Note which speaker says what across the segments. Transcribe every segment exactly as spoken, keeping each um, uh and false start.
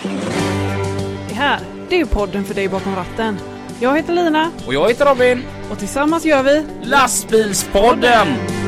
Speaker 1: Det här, det är ju podden för dig bakom ratten. Jag heter Lina.
Speaker 2: Och jag heter Robin.
Speaker 1: Och tillsammans gör vi
Speaker 2: Lastbilspodden!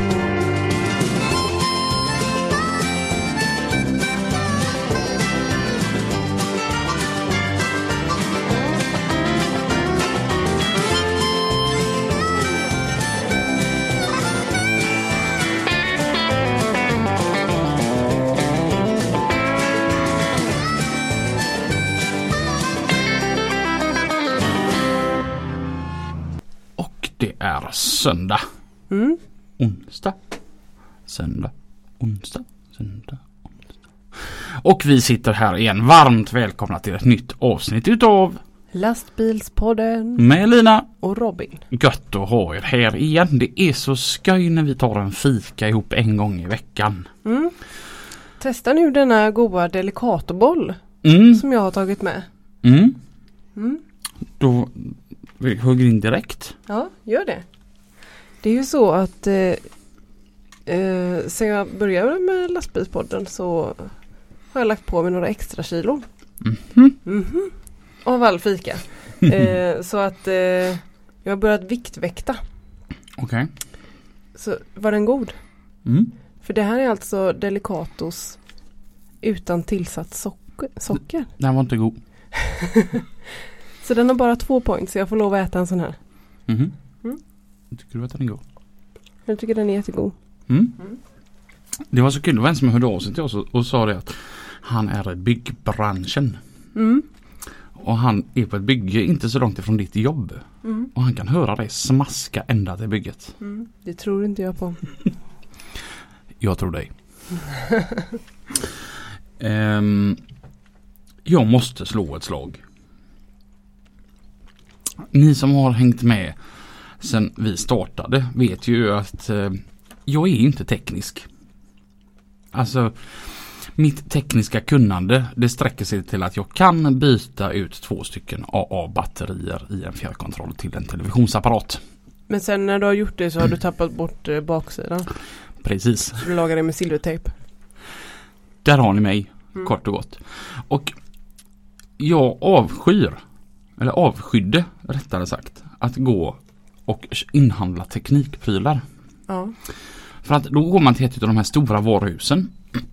Speaker 2: Är söndag.
Speaker 1: Mm.
Speaker 2: Onsdag. Söndag. Onsdag. Söndag. Onsdag. Och vi sitter här igen. Varmt välkomna till ett nytt avsnitt utav
Speaker 1: Lastbilspodden
Speaker 2: med Lina
Speaker 1: och Robin.
Speaker 2: Gött att ha er här igen. Det är så skoj när vi tar en fika ihop en gång i veckan.
Speaker 1: Mm. Testa nu denna goda delicatoboll
Speaker 2: Mm.
Speaker 1: som jag har tagit med.
Speaker 2: Mm.
Speaker 1: Mm.
Speaker 2: Då vi hugger in direkt.
Speaker 1: Ja, gör det. Det är ju så att eh, eh, sen jag började med lastbilspodden så har jag lagt på mig några extra kilo.
Speaker 2: Mm-hmm.
Speaker 1: Mm-hmm. Av all fika. eh, så att eh, jag har börjat viktväkta.
Speaker 2: Okej. Okay.
Speaker 1: Så var den god?
Speaker 2: Mm.
Speaker 1: För det här är alltså Delicatos utan tillsatt socker. socker.
Speaker 2: Den var inte god.
Speaker 1: Så den har bara två poäng, så jag får lov att äta en sån här.
Speaker 2: Mm-hmm.
Speaker 1: Mm.
Speaker 2: Tycker du att den är god?
Speaker 1: Jag tycker den är jättegod.
Speaker 2: Mm.
Speaker 1: Mm.
Speaker 2: Det var så kul, det var en som hörde av sig till oss och, och sa det att han är i byggbranschen.
Speaker 1: Mm.
Speaker 2: Och han är på ett bygge inte så långt ifrån ditt jobb.
Speaker 1: Mm.
Speaker 2: Och han kan höra dig smaska ända till bygget.
Speaker 1: Mm. Det tror inte jag på.
Speaker 2: Jag tror dig. um, jag måste slå ett slag. Ni som har hängt med sen vi startade vet ju att uh, jag är inte teknisk. Alltså mitt tekniska kunnande, det sträcker sig till att jag kan byta ut två stycken A A-batterier i en fjärrkontroll till en televisionsapparat.
Speaker 1: Men sen när du har gjort det så har du tappat bort eh, baksidan.
Speaker 2: Precis.
Speaker 1: Så du lagar det med silvertejp.
Speaker 2: Där har ni mig,
Speaker 1: mm.
Speaker 2: kort och gott. Och jag avskyr, eller avskydde rättare sagt, att gå och inhandla teknikprylar.
Speaker 1: Ja.
Speaker 2: För att då går man till ett av de här stora varuhusen.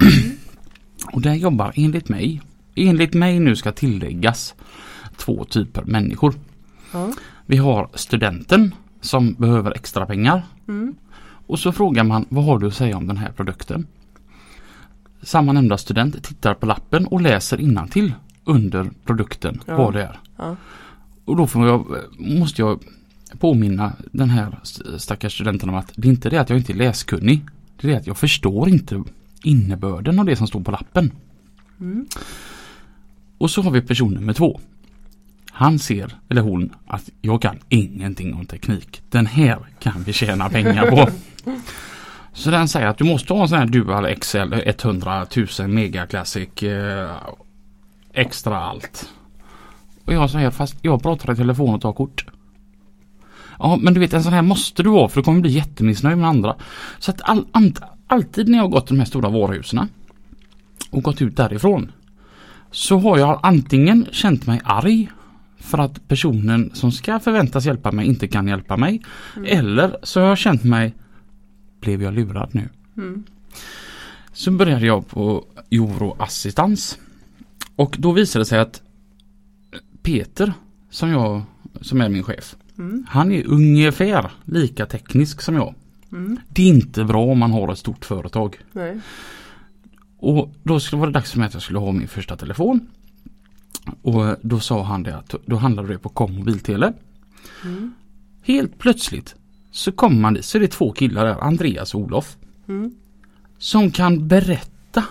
Speaker 2: Och där jobbar enligt mig, enligt mig nu ska tilläggas två typer människor.
Speaker 1: Ja.
Speaker 2: Vi har studenten som behöver extra pengar.
Speaker 1: Mm.
Speaker 2: Och så frågar man, vad har du att säga om den här produkten? Samma nämnda student tittar på lappen och läser innantill under produkten
Speaker 1: ja.
Speaker 2: vad det är.
Speaker 1: Ja.
Speaker 2: Och då får jag, måste jag påminna den här stackars studenten om att det är inte det att jag inte är läskunnig. Det är det att jag förstår inte innebörden av det som står på lappen.
Speaker 1: Mm.
Speaker 2: Och så har vi person nummer två. Han ser, eller hon, att jag kan ingenting om teknik. Den här kan vi tjäna pengar på. Så den säger att du måste ha en sån här Dual X L hundratusen Mega Classic eh, extra allt. Och jag säger, fast jag pratar i telefon och tar kort. Ja, men du vet, en sån här måste du ha för du kommer bli jättemissnöjd med andra. Så att all, all, alltid när jag har gått till de här stora varuhusen och gått ut därifrån så har jag antingen känt mig arg för att personen som ska förväntas hjälpa mig inte kan hjälpa mig. Mm. Eller så har jag känt mig, blev jag lurad nu?
Speaker 1: Mm.
Speaker 2: Så började jag på Euroassistans. Och då visade det sig att Peter, som, jag, som är min chef, mm. han är ungefär lika teknisk som jag. Mm. Det är inte bra om man har ett stort företag.
Speaker 1: Nej.
Speaker 2: Och då skulle vara det dags för mig att jag skulle ha min första telefon. Och då sa han det att då handlade det på kom mobiltele. Mm. Helt plötsligt så kommer man dit, så är det två killar där, Andreas och Olof. Mm. Som kan berätta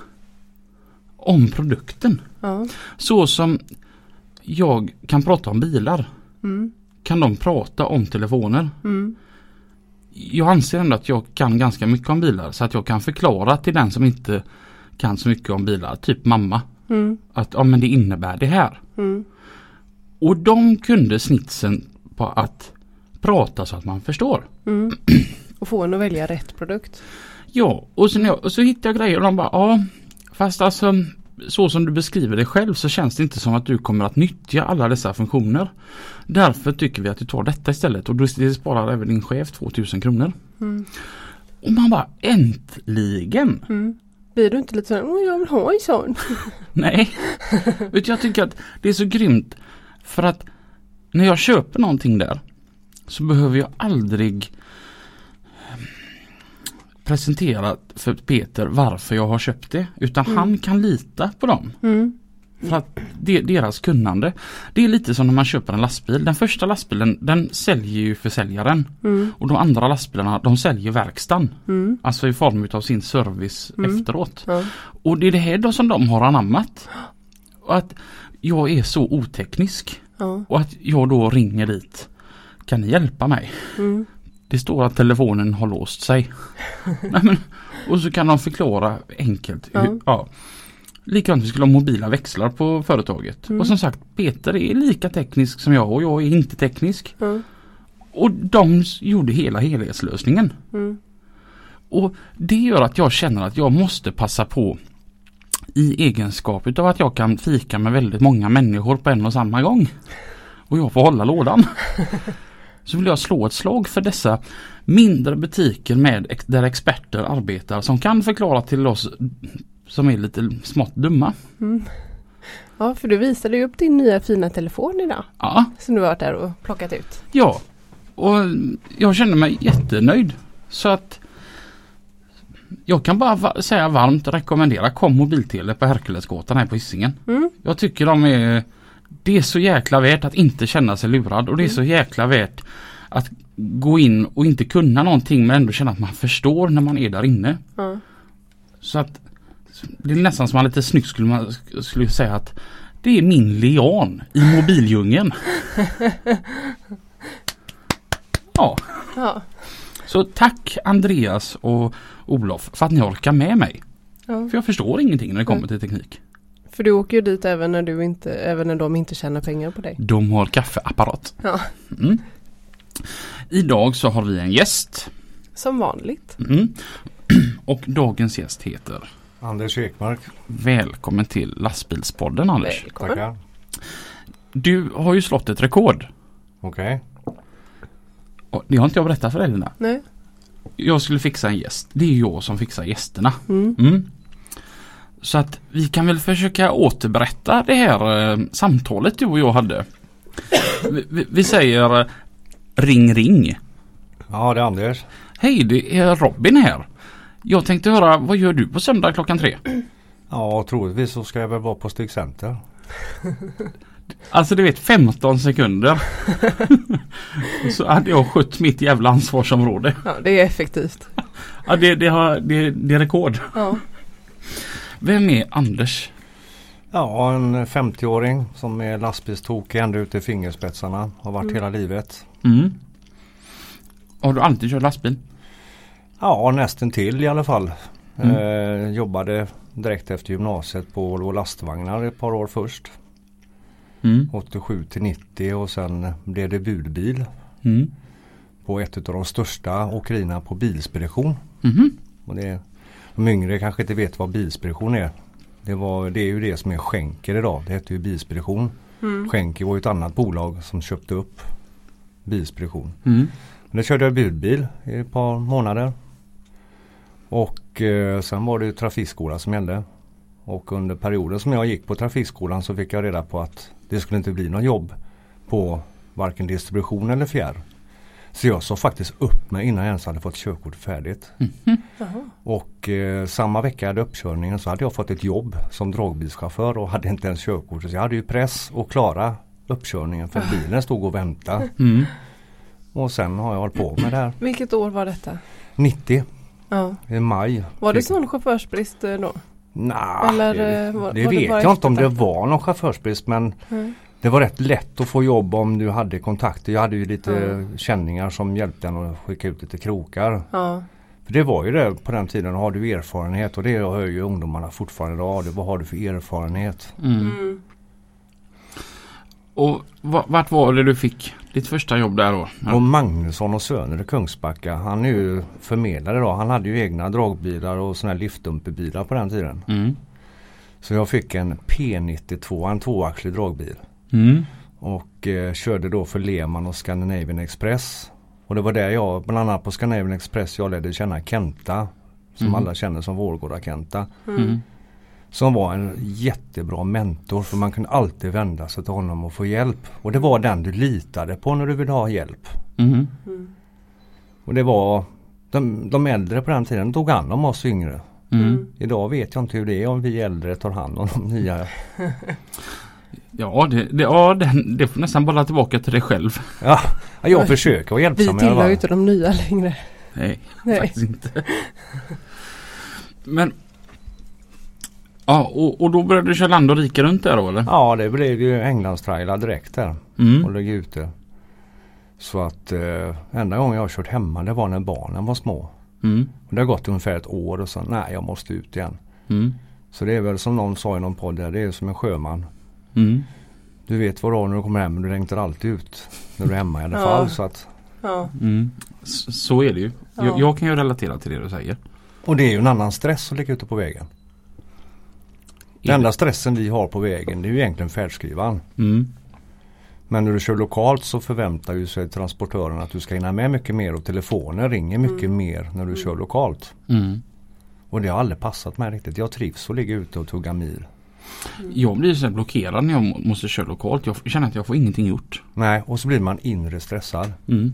Speaker 2: om produkten. Ja. Så som jag kan prata om bilar. Mm. Kan de prata om telefoner. Mm. Jag anser ändå att jag kan ganska mycket om bilar. Så att jag kan förklara till den som inte kan så mycket om bilar. Typ mamma. Mm. Att ja, men det innebär det här. Mm. Och de kunde snitsen på att prata så att man förstår.
Speaker 1: Mm. Och få en att välja rätt produkt.
Speaker 2: Ja, och, sen, och så hittade jag grejer och de bara, ja, fast alltså så som du beskriver det själv så känns det inte som att du kommer att nyttja alla dessa funktioner. Därför tycker vi att du tar detta istället och du sparar även din chef tvåtusen kronor. Mm. Och man bara, äntligen!
Speaker 1: Mm. Blir du inte lite sån, åh jag vill ha en sån?
Speaker 2: Nej, vet du, jag tycker att det är så grymt för att när jag köper någonting där så behöver jag aldrig presentera för Peter varför jag har köpt det, utan mm. han kan lita på dem. Mm. För att det, deras kunnande, det är lite som när man köper en lastbil. Den första lastbilen, den säljer ju försäljaren. Mm. Och de andra lastbilarna, de säljer verkstaden. Mm. Alltså i form av sin service mm. efteråt. Ja. Och det är det här då som de har anammat. Och att jag är så oteknisk. Ja. Och att jag då ringer dit. Kan ni hjälpa mig? Mm. Det står att telefonen har låst sig. Nej, men, och så kan de förklara enkelt. Ja. Hur, ja. Likadant vi skulle ha mobila växlar på företaget. Mm. Och som sagt, Peter är lika teknisk som jag och jag är inte teknisk. Mm. Och de gjorde hela helhetslösningen. Mm. Och det gör att jag känner att jag måste passa på i egenskap utav att jag kan fika med väldigt många människor på en och samma gång. Och jag får hålla lådan. Så vill jag slå ett slag för dessa mindre butiker med där experter arbetar som kan förklara till oss som är lite smått dumma. Mm.
Speaker 1: Ja, för du visade ju upp din nya fina telefon idag.
Speaker 2: Ja.
Speaker 1: Som du har varit där och plockat ut.
Speaker 2: Ja, och jag känner mig jättenöjd. Så att jag kan bara va- säga varmt rekommendera Kom Mobiltele på Herkulesgatan här på Hisingen. Mm. Jag tycker de är, det är så jäkla värt att inte känna sig lurad. Och det är mm. så jäkla värt att gå in och inte kunna någonting men ändå känna att man förstår när man är där inne. Mm. Så att det är nästan som man lite snyggt skulle man skulle säga att det är min lian i mobildjungeln. Ja. Ja. Så tack Andreas och Olof för att ni orkar med mig. Ja. För jag förstår ingenting när det kommer till teknik.
Speaker 1: För du åker ju dit även när du inte, även när de inte tjänar pengar på dig.
Speaker 2: De har kaffeapparat. Ja. Mm. Idag så har vi en gäst.
Speaker 1: Som vanligt.
Speaker 2: Mm. Och dagens gäst heter
Speaker 3: Anders Ekmark.
Speaker 2: Välkommen till Lastbilspodden, Anders.
Speaker 1: Välkommen.
Speaker 3: Tackar.
Speaker 2: Du har ju slått ett rekord.
Speaker 3: Okej.
Speaker 2: Okay. Det har inte jag berättat för Elina.
Speaker 1: Nej.
Speaker 2: Jag skulle fixa en gäst. Det är jag som fixar gästerna. Mm. Mm. Så att vi kan väl försöka återberätta det här eh, samtalet du och jag hade. Vi, vi, vi säger eh, ring ring.
Speaker 3: Ja, det är Anders.
Speaker 2: Hej, det är Robin här. Jag tänkte höra, vad gör du på söndag klockan tre?
Speaker 3: Ja, troligtvis så ska jag väl vara på Stigcenter.
Speaker 2: Alltså du vet, femton sekunder. Så hade jag skött mitt jävla ansvarsområde.
Speaker 1: Ja, det är effektivt.
Speaker 2: Ja, det, det, har, det, det är rekord.
Speaker 1: Ja.
Speaker 2: Vem är Anders?
Speaker 3: Ja, en femtioåring som är lastbilstokig ända ut i fingerspetsarna. Har varit mm. hela livet.
Speaker 2: Mm. Har du alltid kört lastbil?
Speaker 3: Ja, nästan till i alla fall. Mm. Eh, jobbade direkt efter gymnasiet på Volvo lastvagnar ett par år först. Mm. åttiosju till nittio och sen blev det budbil. Mm. På ett av de största åkerierna på Bilspedition. Mm. Och det, de yngre kanske inte vet vad Bilspedition är. Det, var, det är ju det som är Schenker idag. Det heter ju Bilspedition. Mm. Schenker var ju ett annat bolag som köpte upp Bilspedition. Mm. Men det körde jag budbil i ett par månader. Och eh, sen var det ju trafikskola som gällde. Och under perioden som jag gick på trafikskolan så fick jag reda på att det skulle inte bli någon jobb på varken distribution eller fjärr. Så jag så faktiskt upp mig innan jag ens hade fått körkort färdigt. Mm. Och eh, samma vecka jag hade uppkörningen så hade jag fått ett jobb som dragbilschaufför och hade inte ens körkort. Så jag hade ju press att klara uppkörningen för bilen stod och väntade. Mm. Och sen har jag hållit på med det här.
Speaker 1: Vilket år var detta?
Speaker 3: nittio.
Speaker 1: Ja.
Speaker 3: I maj.
Speaker 1: Var det sån chaufförsbrist då?
Speaker 3: Nej,
Speaker 1: Eller,
Speaker 3: det,
Speaker 1: var,
Speaker 3: det
Speaker 1: var
Speaker 3: vet
Speaker 1: det
Speaker 3: jag inte om det var någon chaufförsbrist men mm. det var rätt lätt att få jobb om du hade kontakter. Jag hade ju lite mm. känningar som hjälpte en att skicka ut lite krokar. Ja. För det var ju det på den tiden, har du erfarenhet och det hör ju ungdomarna fortfarande idag. Vad har du för erfarenhet?
Speaker 2: Mm. Mm. Och vart var det du fick ditt första jobb där då?
Speaker 3: Ja. Och Magnusson och Söner i Kungsbacka. Han är ju förmedlare då. Han hade ju egna dragbilar och såna här liftdumperbilar på den tiden. Mm. Så jag fick en P nittiotvå, en tvåaxlig dragbil.
Speaker 2: Mm.
Speaker 3: Och eh, körde då för Lehman och Scandinavian Express. Och det var där jag, bland annat på Scandinavian Express, jag lärde känna Kenta. Som
Speaker 2: Mm.
Speaker 3: alla känner som Vårgårda Kenta.
Speaker 2: Mm.
Speaker 3: Som var en jättebra mentor, för man kunde alltid vända sig till honom och få hjälp. Och det var den du litade på när du ville ha hjälp.
Speaker 2: Mm.
Speaker 1: Mm.
Speaker 3: Och det var de, de äldre på den tiden tog hand om oss yngre.
Speaker 2: Mm.
Speaker 3: Idag vet jag inte hur det är om vi äldre tar hand om de nya.
Speaker 2: Ja, det, det, ja det, det får nästan bolla tillbaka till dig själv.
Speaker 3: Ja, jag försöker vara hjälpsam.
Speaker 1: Vi tillhör ju inte de nya längre.
Speaker 2: Nej,
Speaker 1: Nej.
Speaker 2: faktiskt inte. Men ja, och, och då började du köra land och rika runt där då, eller?
Speaker 3: Ja, det blev ju Englandstrailar direkt där.
Speaker 2: Mm.
Speaker 3: Och lägga ute. Så att eh, enda gången jag har kört hemma, det var när barnen var små.
Speaker 2: Mm.
Speaker 3: Och det har gått ungefär ett år och så, nej jag måste ut igen.
Speaker 2: Mm.
Speaker 3: Så det är väl som någon sa i någon podd där, det är som en sjöman.
Speaker 2: Mm.
Speaker 3: Du vet vad du har när du kommer hem, men du längtar alltid ut när du är hemma i alla
Speaker 1: Ja.
Speaker 3: fall. Så att,
Speaker 1: Ja.
Speaker 2: Mm. Så, så är det ju.
Speaker 1: Ja.
Speaker 2: Jag, jag kan ju relatera till det du säger.
Speaker 3: och det är ju en annan stress att ligga ute på vägen. Den enda stressen vi har på vägen, det är ju egentligen färdskrivaren.
Speaker 2: Mm.
Speaker 3: Men när du kör lokalt så förväntar ju sig transportören att du ska hinna med mycket mer och telefonen ringer mycket
Speaker 1: Mm.
Speaker 3: mer när du
Speaker 1: Mm.
Speaker 3: kör lokalt.
Speaker 2: Mm.
Speaker 3: Och det har aldrig passat mig riktigt. Jag trivs att ligga ute och tugga mil.
Speaker 2: Jag blir så här blockerad när jag må- måste köra lokalt. Jag känner att jag får ingenting gjort.
Speaker 3: Nej, och så blir man inre stressad.
Speaker 2: Mm.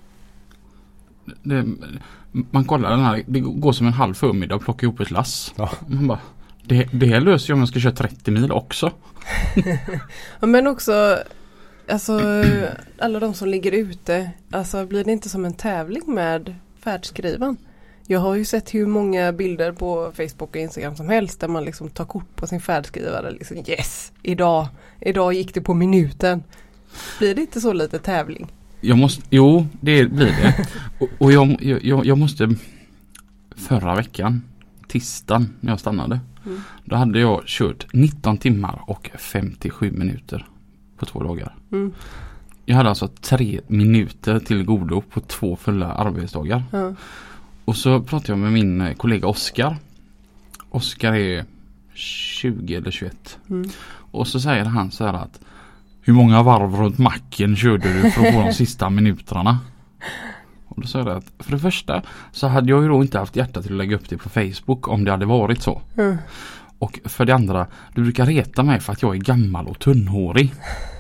Speaker 2: Det, man kollar den här, det går som en halv förmiddag och plocka ihop ett lass.
Speaker 3: Ja.
Speaker 2: Man bara, det, det här löser jag om jag ska köra trettio mil också.
Speaker 1: Ja, men också alltså, alla de som ligger ute, alltså blir det inte som en tävling med färdskrivaren? Jag har ju sett hur många bilder på Facebook och Instagram som helst där man liksom tar kort på sin färdskrivare. Liksom, yes, idag, idag gick det på minuten. Blir det inte så lite tävling?
Speaker 2: Jag måste, jo, det blir det. Och, och jag, jag, jag måste, förra veckan, tisdagen när jag stannade,
Speaker 1: Mm.
Speaker 2: då hade jag kört nitton timmar och femtiosju minuter på två dagar.
Speaker 1: Mm.
Speaker 2: Jag hade alltså tre minuter till godo på två fulla arbetsdagar.
Speaker 1: Ja.
Speaker 2: Och så pratade jag med min kollega Oskar. Oskar är tjugo eller tjugoett.
Speaker 1: Mm.
Speaker 2: Och så säger han så här att hur många varv runt macken körde du för att få de sista minuterna? Och då sa jag att för det första så hade jag ju då inte haft hjärta till att lägga upp det på Facebook om det hade varit så.
Speaker 1: Mm.
Speaker 2: Och för det andra, du brukar reta mig för att jag är gammal och tunnhårig.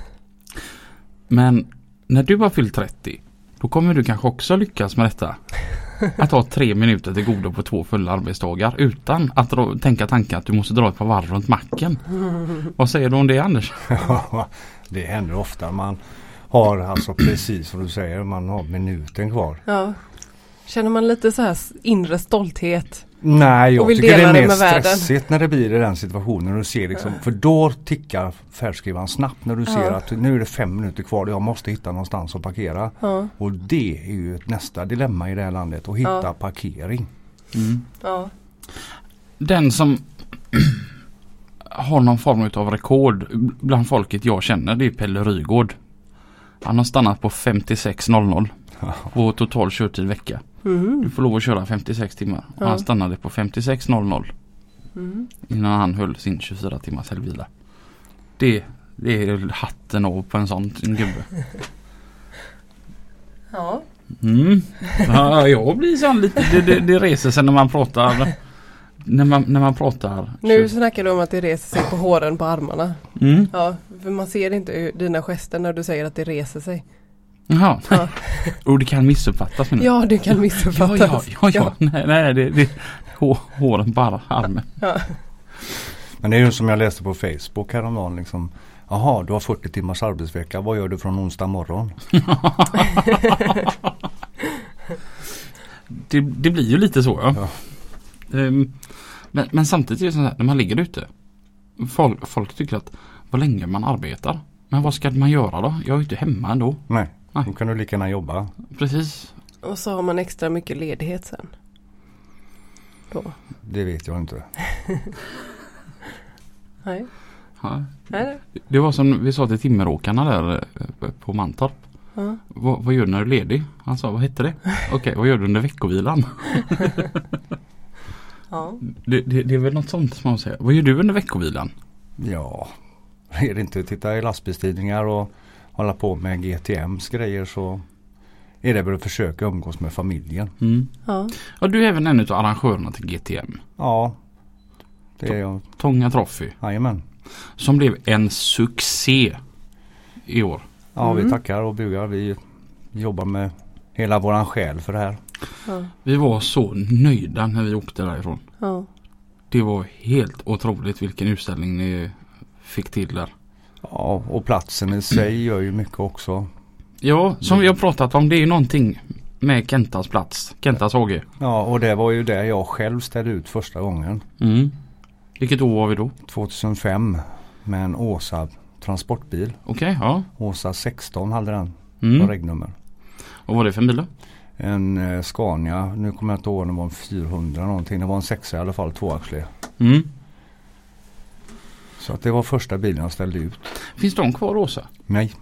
Speaker 2: Men när du har fyllt trettio, då kommer du kanske också lyckas med detta. Att ha tre minuter till godo på två fulla arbetsdagar utan att dra, tänka tanken att du måste dra ett par varv runt macken. Vad säger du om det, Anders?
Speaker 3: Det händer ofta. Man har alltså precis som du säger, man har minuten kvar.
Speaker 1: Ja. Känner man lite så här inre stolthet?
Speaker 3: Nej, jag
Speaker 1: Och vill
Speaker 3: tycker det
Speaker 1: dela
Speaker 3: är
Speaker 1: det
Speaker 3: mer
Speaker 1: med världen.
Speaker 3: stressigt när det blir i den situationen. Du ser liksom, för då tickar färdskrivaren snabbt när du ser
Speaker 1: Ja.
Speaker 3: att nu är det fem minuter kvar och jag måste hitta någonstans att parkera.
Speaker 1: Ja.
Speaker 3: Och det är ju ett nästa dilemma i det här landet, att hitta
Speaker 1: Ja.
Speaker 3: parkering.
Speaker 2: Mm.
Speaker 1: Ja.
Speaker 2: Den som har någon form av rekord bland folket jag känner, det är Pelle Rygård. Han har stannat på femtiosex noll noll på total körtid vecka.
Speaker 1: Mm.
Speaker 2: Du får lov att köra femtiosex timmar. Och
Speaker 1: Ja.
Speaker 2: han stannade på femtiosex noll noll
Speaker 1: Mm.
Speaker 2: innan han höll sin tjugofyra timmars helgvila. Det, det är hatten av på en sån en gubbe.
Speaker 1: Ja.
Speaker 2: Mm. Ja, jag blir sån lite, det, det, det reser sig när man pratar när man, när man pratar.
Speaker 1: Nu snackar du om att det reser sig på håren på armarna.
Speaker 2: Mm.
Speaker 1: Ja, för man ser inte hur- dina gester när du säger att det reser sig.
Speaker 2: Jaha.
Speaker 1: Ja,
Speaker 2: Och det kan missuppfattas. Men
Speaker 1: ja det kan
Speaker 2: ja,
Speaker 1: missuppfattas.
Speaker 2: ja, ja, ja. Nej, nej, det, det hår, håren på armen.
Speaker 1: Ja.
Speaker 3: Men det är ju som jag läste på Facebook häromdagen liksom. Jaha, du har fyrtio timmars arbetsvecka. Vad gör du från onsdag morgon?
Speaker 2: det, det blir ju lite så. Ja.
Speaker 3: Ja.
Speaker 2: Um, men, men samtidigt är det så här, när man ligger ute. Folk, folk tycker att vad länge man arbetar. Men vad ska man göra då? Jag är ju inte hemma ändå.
Speaker 3: Nej,
Speaker 2: Nej.
Speaker 3: då kan du lika gärna jobba.
Speaker 2: Precis.
Speaker 1: Och så har man extra mycket ledighet sen. Då.
Speaker 3: Det vet jag inte.
Speaker 1: Nej.
Speaker 2: Ja.
Speaker 1: Nej.
Speaker 2: Det var som vi sa till timmeråkarna där eh, på Mantorp.
Speaker 1: Ja.
Speaker 2: Vad, vad gör du när du är ledig? Han sa, vad heter det? Okej, vad gör du under veckovilan?
Speaker 1: Ja.
Speaker 2: Det, det, det är väl något sånt som man säger. Vad gör du under veckovilan?
Speaker 3: Ja, är det inte att titta i lastbilstidningar och hålla på med G T M:s grejer så är det väl att försöka umgås med familjen.
Speaker 2: Mm.
Speaker 1: Ja.
Speaker 2: Och du är även en av arrangörerna till G T M.
Speaker 3: Ja, det är jag.
Speaker 2: Tånga Trophy.
Speaker 3: Jajamän.
Speaker 2: Som blev en succé i år.
Speaker 3: Ja,
Speaker 1: Mm.
Speaker 3: vi tackar och bugar. Vi jobbar med hela våran själ för det här.
Speaker 1: Ja.
Speaker 2: Vi var så nöjda när vi åkte därifrån.
Speaker 1: Ja.
Speaker 2: Det var helt otroligt vilken utställning ni fick till där.
Speaker 3: Ja, och platsen i sig gör ju mycket också.
Speaker 2: Ja, som vi har pratat om, det är någonting med Kentas plats. Kentas A G.
Speaker 3: Ja, och det var ju det jag själv ställde ut första gången.
Speaker 2: Mm. Vilket år var vi då?
Speaker 3: tjugohundrafem med en Åsa transportbil.
Speaker 2: Okej, okay, ja.
Speaker 3: Åsa sexton hade den
Speaker 2: Mm.
Speaker 3: på regnummer.
Speaker 2: Och vad var det för en bil då?
Speaker 3: En eh, Scania, nu kommer jag inte ihåg om det var en fyrahundra någonting. Det var en sexa i alla fall, tvåaxlig.
Speaker 2: Mm.
Speaker 3: Så att det var första bilen jag ställde ut.
Speaker 2: Finns de kvar, Åsa?
Speaker 3: Nej.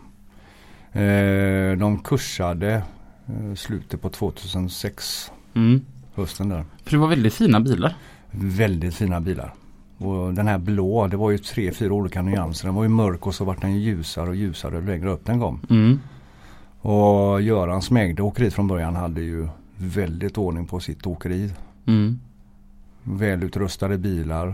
Speaker 3: Eh, de kursade eh, slutet på tjugohundrasex.
Speaker 2: Mm.
Speaker 3: Hösten där.
Speaker 2: För det var väldigt fina bilar.
Speaker 3: Väldigt fina bilar. Och den här blå, det var ju tre, fyra olika nyanser. Den var ju mörk och så var den ljusare och ljusare längre upp den kom.
Speaker 2: Mm.
Speaker 3: Och Göran som ägde åkeriet från början hade ju väldigt ordning på sitt åkeri.
Speaker 2: Mm.
Speaker 3: Välutrustade bilar.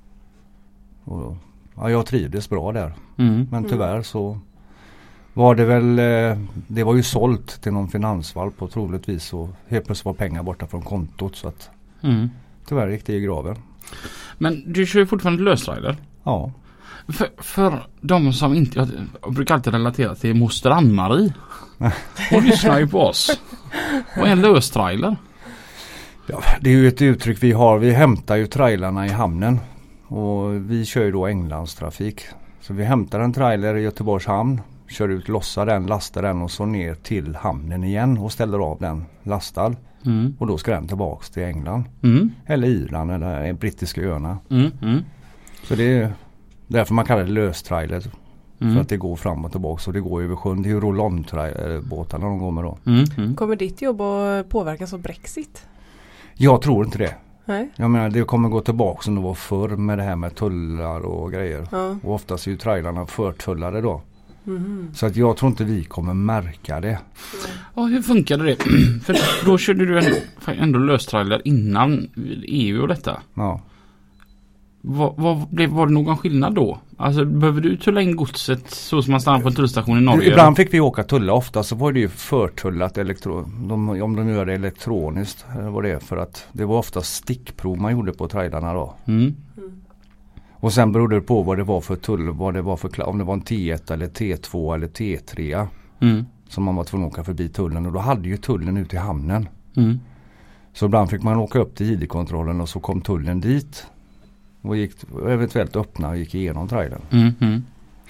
Speaker 3: Och, ja, jag trivdes bra där.
Speaker 2: Mm.
Speaker 3: Men tyvärr så var det väl, eh, det var ju sålt till någon finansvalp och troligtvis så helt plötsligt var pengar borta från kontot så att
Speaker 2: Mm.
Speaker 3: tyvärr gick det i graven.
Speaker 2: Men du kör ju fortfarande lösrider.
Speaker 3: Ja.
Speaker 2: För, för de som inte, jag, jag brukar alltid relatera till moster Ann-Marie. Hon lyssnar ju på oss. Och en löstrailer.
Speaker 3: Ja, det är ju ett uttryck vi har. Vi hämtar ju trailarna i hamnen. Och vi kör ju då Englandstrafik. Så vi hämtar en trailer i Göteborgs hamn. Kör ut, lossar den, lastar den och så ner till hamnen igen. Och ställer av den lastad.
Speaker 2: Mm.
Speaker 3: Och då ska den tillbaks till England.
Speaker 2: Mm.
Speaker 3: Eller Irland eller brittiska öarna.
Speaker 2: Mm. Mm.
Speaker 3: Så det är därför man kallar det löstrailer.
Speaker 2: Mm.
Speaker 3: För att det går fram och tillbaka. Och det går över sjön. Det är ju roll-on-båtarna de går med då.
Speaker 2: Mm. Mm.
Speaker 1: Kommer ditt jobb att påverkas av Brexit?
Speaker 3: Jag tror inte det.
Speaker 1: Nej.
Speaker 3: Jag menar det kommer gå tillbaka som det var förr med det här med tullar och grejer.
Speaker 1: Ja.
Speaker 3: Och oftast är ju trailarna förtullade då.
Speaker 1: Mhm.
Speaker 3: Så att jag tror inte vi kommer märka det.
Speaker 2: Ja, hur funkade det? För då körde du ändå, ändå löstrailer innan E U och detta.
Speaker 3: Ja.
Speaker 2: Vad, vad, blev, var det någon skillnad då? Alltså behöver du tulla in godset så som man stannar på en tullstation i Norge?
Speaker 3: Ibland fick vi åka tulla. Ofta så var det ju förtullat elektro- de, om de gör det elektroniskt. Eller vad det är för att det var ofta stickprov man gjorde på trailarna då.
Speaker 2: Mm.
Speaker 3: Och sen berodde det på vad det var för tull. Vad det var för kla- om det var en T ett eller T två eller T tre.
Speaker 2: Mm.
Speaker 3: Som man var tvungen att åka förbi tullen. Och då hade ju tullen ute i hamnen.
Speaker 2: Mm.
Speaker 3: Så ibland fick man åka upp till I D-kontrollen och så kom tullen dit. Och gick, eventuellt öppna och gick igenom trailern.
Speaker 2: Mm. Mm.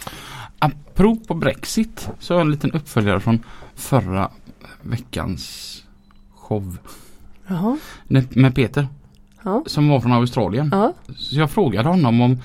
Speaker 2: Apropå Brexit så har jag en liten uppföljare från förra veckans show.
Speaker 1: Jaha.
Speaker 2: Med Peter.
Speaker 1: Ja.
Speaker 2: Som var från Australien.
Speaker 1: Ja.
Speaker 2: Så jag frågade honom om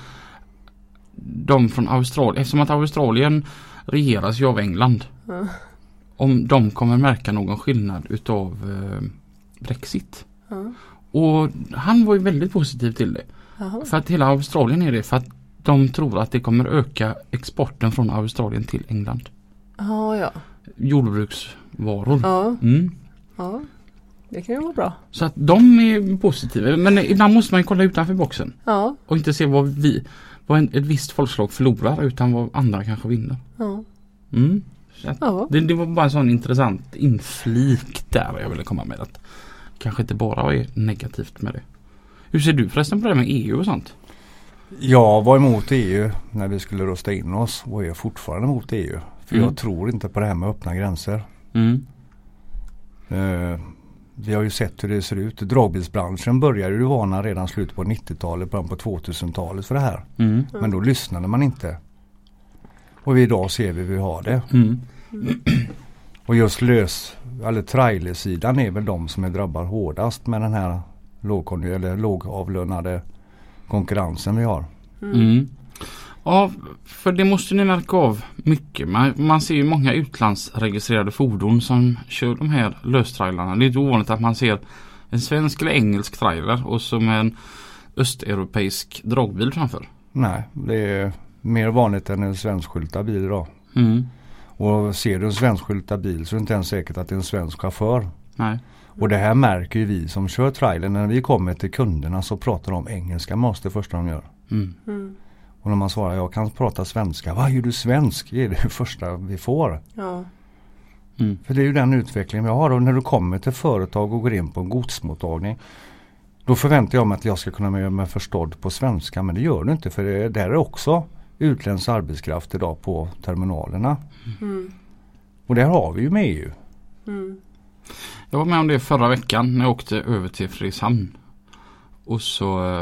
Speaker 2: de från Australien, eftersom att Australien regeras ju av England.
Speaker 1: Ja.
Speaker 2: Om de kommer märka någon skillnad utav eh, Brexit.
Speaker 1: Ja.
Speaker 2: Och han var ju väldigt positiv till det.
Speaker 1: Jaha.
Speaker 2: För att hela Australien är det för att de tror att det kommer öka exporten från Australien till England.
Speaker 1: Ja, ja.
Speaker 2: Jordbruksvaror.
Speaker 1: Ja.
Speaker 2: Mm.
Speaker 1: Ja. Det kan ju vara bra.
Speaker 2: Så att de är positiva. Men ibland måste man ju kolla utanför boxen.
Speaker 1: Ja.
Speaker 2: Och inte se vad vi vad en, ett visst folkslag förlorar utan vad andra kanske vinner.
Speaker 1: Ja.
Speaker 2: Mm. Så att
Speaker 1: Ja.
Speaker 2: det, det var bara en sån intressant inflik där jag ville komma med. Att kanske inte bara är negativt med det. Hur ser du förresten på det med E U och sånt?
Speaker 3: Jag var emot E U när vi skulle rösta in oss och är fortfarande emot E U. För
Speaker 2: Mm.
Speaker 3: jag tror inte på det här med öppna gränser.
Speaker 2: Mm.
Speaker 3: Uh, vi har ju sett hur det ser ut. Dragbilsbranschen började ju vana redan slutet på nittiotalet, början på tvåtusentalet för det här.
Speaker 2: Mm.
Speaker 3: Men då lyssnade man inte. Och idag ser vi hur vi har det.
Speaker 2: Mm.
Speaker 3: Och just lös, eller trailersidan är väl de som är drabbar hårdast med den här lågkonjunktur eller lågavlönade konkurrensen vi har.
Speaker 2: Mm. Ja, för det måste ni märka av mycket. Man, man ser ju många utlandsregistrerade fordon som kör de här löstrailarna. Det är inte ovanligt att man ser En svensk eller engelsk trailer och som en östeuropeisk dragbil framför.
Speaker 3: Nej, det är mer vanligt än en svenskskyltad bil idag.
Speaker 2: Mm.
Speaker 3: Och ser du en svenskskyltad bil så är det inte ens säkert att det är en svensk chaufför.
Speaker 2: Nej.
Speaker 3: Och det här märker ju vi som kör trailer. När vi kommer till kunderna så pratar de engelska måste det första de gör.
Speaker 2: Mm.
Speaker 1: Mm.
Speaker 3: Och när man svarar jag kan prata svenska. Vad är du svensk? Det är det första vi får.
Speaker 1: Ja.
Speaker 3: Mm. För det är ju den utvecklingen vi har. Och när du kommer till företag och går in på en godsmottagning. Då förväntar jag mig att jag ska kunna göra mig förstådd på svenska. Men det gör du inte. För det där är också utländsk arbetskraft idag på terminalerna. Mm. Och där har vi ju med E U.
Speaker 1: Mm.
Speaker 2: Jag var med om det förra veckan när jag åkte över till Fredrikshamn. Och så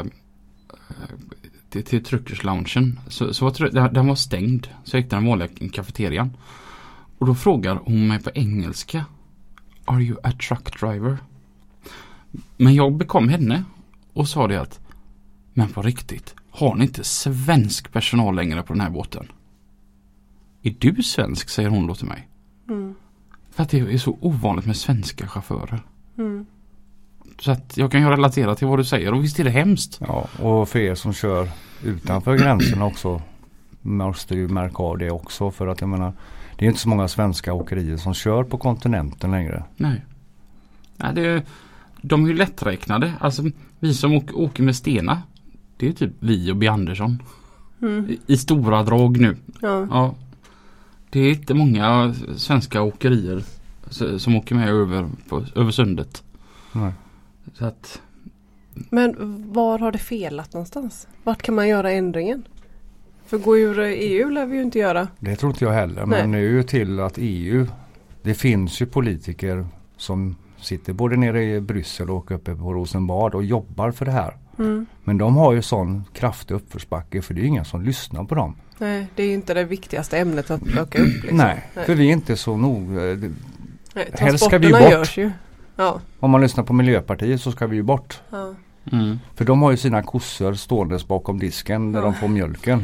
Speaker 2: till, till Truckers-loungen. Så, så var, den var stängd. Så jag gick till den vanliga kafeterian. Och då frågar hon mig på engelska. Are you a truck driver? Men jag bekom henne och sa det att men på riktigt, har ni inte svensk personal längre på den här båten? Är du svensk, säger hon då till mig. Mm. För att det är så ovanligt med svenska chaufförer. Mm. Så att jag kan ju relatera till vad du säger. Och visst är det hemskt.
Speaker 3: Ja, och för er som kör utanför gränserna också måste ju märka av det också. För att jag menar, det är inte så många svenska åkerier som kör på kontinenten längre.
Speaker 2: Nej. Nej det, de är ju lätträknade. Alltså vi som åker, åker med Stena, det är typ vi och B. Andersson. Mm. I, I stora drag nu.
Speaker 1: Ja.
Speaker 2: Ja. Det är inte många svenska åkerier som åker med över, på, över sundet.
Speaker 3: Nej.
Speaker 2: Så att...
Speaker 1: Men var har det felat någonstans? Vart kan man göra ändringen? För gå ur E U lär vi ju inte göra.
Speaker 3: Det tror inte jag heller. Men nu är ju till att E U, det finns ju politiker som sitter både nere i Bryssel och uppe på Rosenbad och jobbar för det här. Mm. Men de har ju sån kraftig uppförsbacke för det är inga som lyssnar på dem.
Speaker 1: Nej, det är inte det viktigaste ämnet att plocka upp. Liksom.
Speaker 3: Nej, Nej, för vi är inte så nog.
Speaker 1: Nej, helst ska vi bort. Görs ju. Ja.
Speaker 3: Om man lyssnar på Miljöpartiet så ska vi ju bort.
Speaker 1: Ja.
Speaker 2: Mm.
Speaker 3: För de har ju sina kossor ståendes bakom disken där ja. de får mjölken.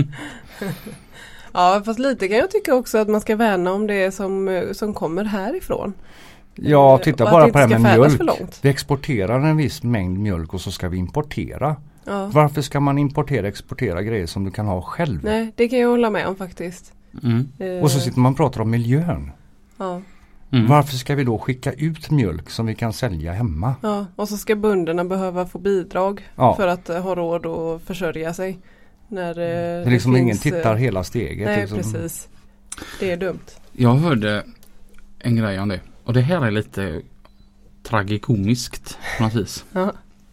Speaker 1: Ja, fast lite kan jag tycka också att man ska värna om det som, som kommer härifrån.
Speaker 3: Ja, titta bara på det här med mjölk. Vi exporterar en viss mängd mjölk och så ska vi importera. Ja. Varför ska man importera exportera grejer som du kan ha själv?
Speaker 1: Nej, det kan jag hålla med om faktiskt.
Speaker 3: Mm. Uh. Och så sitter man och pratar om miljön.
Speaker 1: Ja.
Speaker 3: Mm. Varför ska vi då skicka ut mjölk som vi kan sälja hemma?
Speaker 1: Ja, och så ska bönderna behöva få bidrag ja. för att uh, ha råd att försörja sig. När, uh, det är
Speaker 3: liksom
Speaker 1: det
Speaker 3: ingen
Speaker 1: finns,
Speaker 3: tittar uh, hela steget.
Speaker 1: Nej,
Speaker 3: liksom.
Speaker 1: precis. Det är dumt.
Speaker 2: Jag hörde en grej om det. Och det här är lite tragikomiskt på något vis.
Speaker 1: Ja.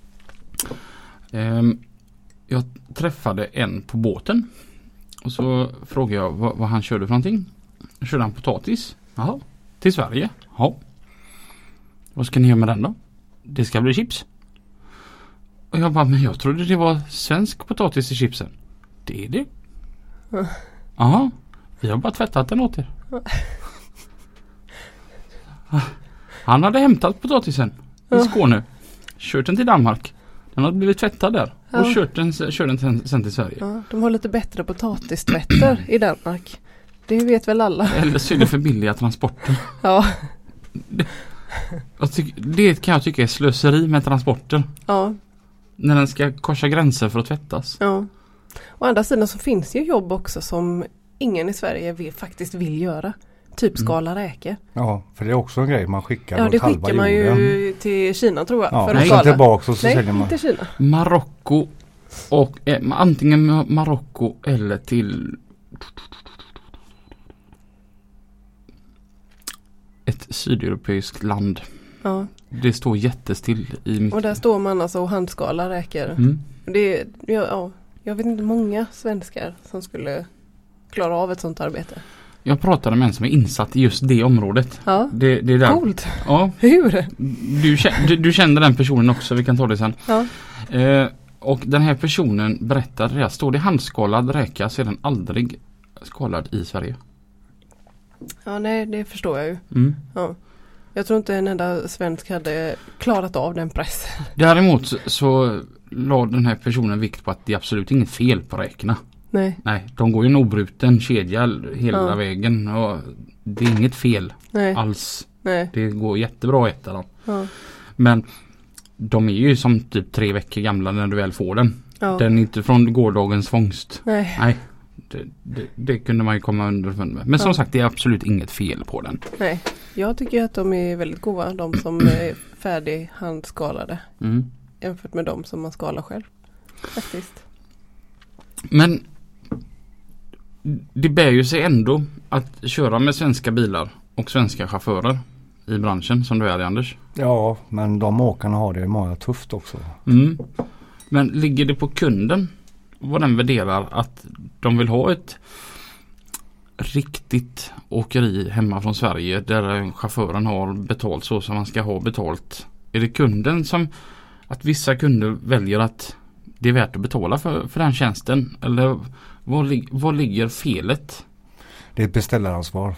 Speaker 2: Um, jag träffade en på båten. Och så frågade jag vad, vad han körde för någonting. Körde han potatis? Jaha. Till Sverige? Ja. Vad ska ni göra med den då? Det ska bli chips. Och jag bara, men jag trodde det var svensk potatis i chipsen. Det är det. Jaha. Vi har bara tvättat den åt er. Han hade hämtat potatisen i Skåne. Kört den till Danmark. Den hade blivit tvättad där. Och ja. kört den, kört den sen, sen till Sverige.
Speaker 1: Ja, de har lite bättre potatistvätter i Danmark. Det vet väl alla.
Speaker 2: Eller så är det för billiga transporter.
Speaker 1: Ja.
Speaker 2: Det, tyck, det kan jag tycka är slöseri med transporter.
Speaker 1: Ja.
Speaker 2: När den ska korsa gränser för att tvättas.
Speaker 1: Ja. Å andra sidan så finns det ju jobb också som ingen i Sverige vill, faktiskt vill göra. Typ skala mm. räkor.
Speaker 3: Ja, för det är också en grej man skickar.
Speaker 1: Ja, det skickar man jorden. ju till Kina tror jag.
Speaker 3: Ja,
Speaker 1: för
Speaker 3: nej,
Speaker 1: att
Speaker 3: tillbaka och så
Speaker 1: nej,
Speaker 3: säljer man.
Speaker 1: Inte Kina.
Speaker 2: Marocko och eh, antingen Marocko eller till ett sydeuropeiskt land.
Speaker 1: Ja.
Speaker 2: Det står jättestill i mitt...
Speaker 1: Och där står man alltså och handskalar räkor. Mm. Det är, ja, ja, jag vet inte många svenskar som skulle klara av ett sånt arbete.
Speaker 2: Jag pratade med en som är insatt i just det området.
Speaker 1: Ja,
Speaker 2: det, det är där.
Speaker 1: Coolt.
Speaker 2: Ja.
Speaker 1: Hur?
Speaker 2: Du, du, du känner den personen också, vi kan ta det sen.
Speaker 1: Ja.
Speaker 2: Eh, och den här personen berättade att står det handskalad räka så är den aldrig skalad i Sverige.
Speaker 1: Ja, nej, det förstår jag ju.
Speaker 2: Mm.
Speaker 1: Ja. Jag tror inte en enda svensk hade klarat av den pressen.
Speaker 2: Däremot så, så la den här personen vikt på att det är absolut inget fel på räkorna.
Speaker 1: Nej.
Speaker 2: Nej, de går ju en obruten kedja hela
Speaker 1: ja.
Speaker 2: vägen och det är inget fel
Speaker 1: Nej.
Speaker 2: alls.
Speaker 1: Nej.
Speaker 2: Det går jättebra att äta dem.
Speaker 1: Ja.
Speaker 2: Men de är ju som typ tre veckor gamla när du väl får den.
Speaker 1: Ja.
Speaker 2: Den är inte från gårdagens fångst.
Speaker 1: Nej.
Speaker 2: Nej. Det, det, det kunde man ju komma underfund med. Men som
Speaker 1: Ja.
Speaker 2: sagt, det är absolut inget fel på den.
Speaker 1: Nej, jag tycker att de är väldigt goda. De som är färdig handskalade.
Speaker 2: Mm.
Speaker 1: Jämfört med de som man skalar själv. Faktiskt.
Speaker 2: Men det bär ju sig ändå att köra med svenska bilar och svenska chaufförer i branschen som du är, Anders.
Speaker 3: Ja, men de åkarna har det många tufft också.
Speaker 2: Mm. Men ligger det på kunden vad den värderar att de vill ha ett riktigt åkeri hemma från Sverige där chauffören har betalt så som man ska ha betalt? Är det kunden som att vissa kunder väljer att det är värt att betala för, för den tjänsten? Eller vad, vad ligger felet?
Speaker 3: Det är ett beställaransvar.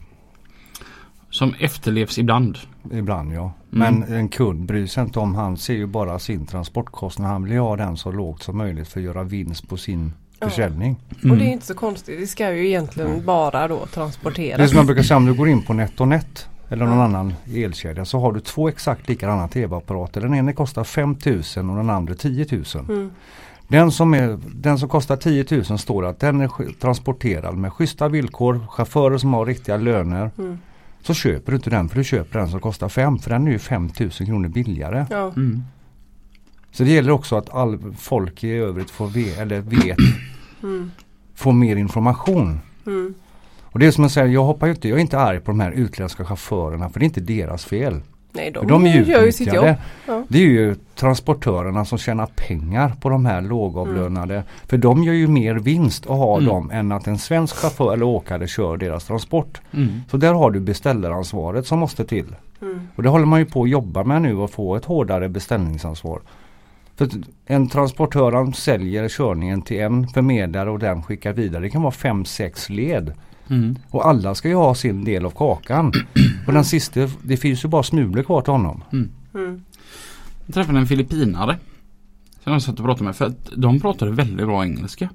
Speaker 2: Som efterlevs ibland.
Speaker 3: Ibland, ja.
Speaker 2: Mm.
Speaker 3: Men en kund bryr sig inte om. Han ser ju bara sin transportkostnad. Han vill ha den så lågt som möjligt för att göra vinst på sin
Speaker 1: Ja.
Speaker 3: försäljning.
Speaker 2: Mm.
Speaker 1: Och det är inte så konstigt. Det ska ju egentligen mm. bara då transporteras.
Speaker 3: Det är som jag brukar säga, om du går in på NetOnNet eller någon annan elkedja så har du två exakt likadana tv-apparater. Den ena kostar fem tusen och den andra tio tusen.
Speaker 1: Mm.
Speaker 3: Den som, är, den som kostar tio tusen står att den är sk- transporterad med schyssta villkor, chaufförer som har riktiga löner.
Speaker 1: Mm.
Speaker 3: Så köper du inte den, för du köper den som kostar fem, för den är ju fem tusen kronor billigare.
Speaker 1: Ja.
Speaker 2: Mm.
Speaker 3: Så det gäller också att all folk i övrigt får ve- eller vet
Speaker 1: Mm.
Speaker 3: får mer information.
Speaker 1: Mm.
Speaker 3: Och det är som jag säger, jag hoppar ju inte, jag är inte arg på de här utländska chaufförerna, för det är inte deras fel.
Speaker 1: Nej, de,
Speaker 3: För de är ju
Speaker 1: gör ju sitt jobb.
Speaker 3: utnyttjade.
Speaker 1: Ja.
Speaker 3: Det är ju transportörerna som tjänar pengar på de här lågavlönade. Mm. För de gör ju mer vinst att ha
Speaker 2: Mm.
Speaker 3: dem än att en svensk chaufför eller åkare kör deras transport.
Speaker 2: Mm.
Speaker 3: Så där har du beställaransvaret som måste till.
Speaker 1: Mm.
Speaker 3: Och det håller man ju på att jobba med nu, att få ett hårdare beställningsansvar. För en transportör han säljer körningen till en förmedlare och den skickar vidare. Det kan vara fem, sex led.
Speaker 2: Mm.
Speaker 3: Och alla ska ju ha sin del av kakan. Och den sista, det finns ju bara smulor kvar till honom.
Speaker 2: Mm.
Speaker 1: Mm.
Speaker 2: Jag träffade en filippinare som jag satt och pratade med, för att de pratade väldigt bra engelska.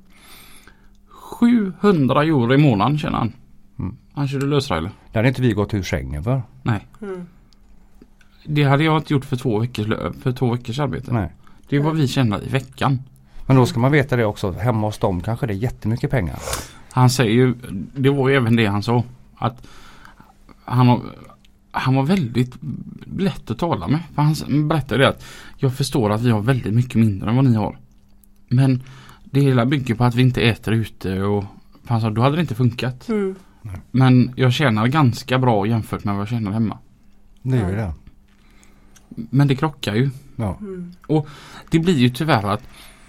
Speaker 2: sjuhundra euro i månaden tjänar han.
Speaker 3: Mm.
Speaker 2: Han körde lösrailer.
Speaker 3: Det hade inte vi gått ur Schengen för.
Speaker 2: Nej.
Speaker 1: Mm.
Speaker 2: Det hade jag inte gjort för två veckors, lö- för två veckors arbete.
Speaker 3: Nej.
Speaker 2: Det är vad vi tjänar i veckan.
Speaker 3: Men då ska man veta det också. Hemma hos dem kanske det är jättemycket pengar.
Speaker 2: Han säger ju, det var ju även det han sa, att han var, han var väldigt lätt att tala med. För han berättade att jag förstår att vi har väldigt mycket mindre än vad ni har. Men det hela bygger på att vi inte äter ute, och han sa, då hade det inte funkat.
Speaker 1: Mm.
Speaker 2: Men jag tjänar ganska bra jämfört med vad jag tjänar hemma.
Speaker 3: Det är ju det.
Speaker 2: Men det krockar ju.
Speaker 3: Ja.
Speaker 1: Mm.
Speaker 2: Och det blir ju tyvärr att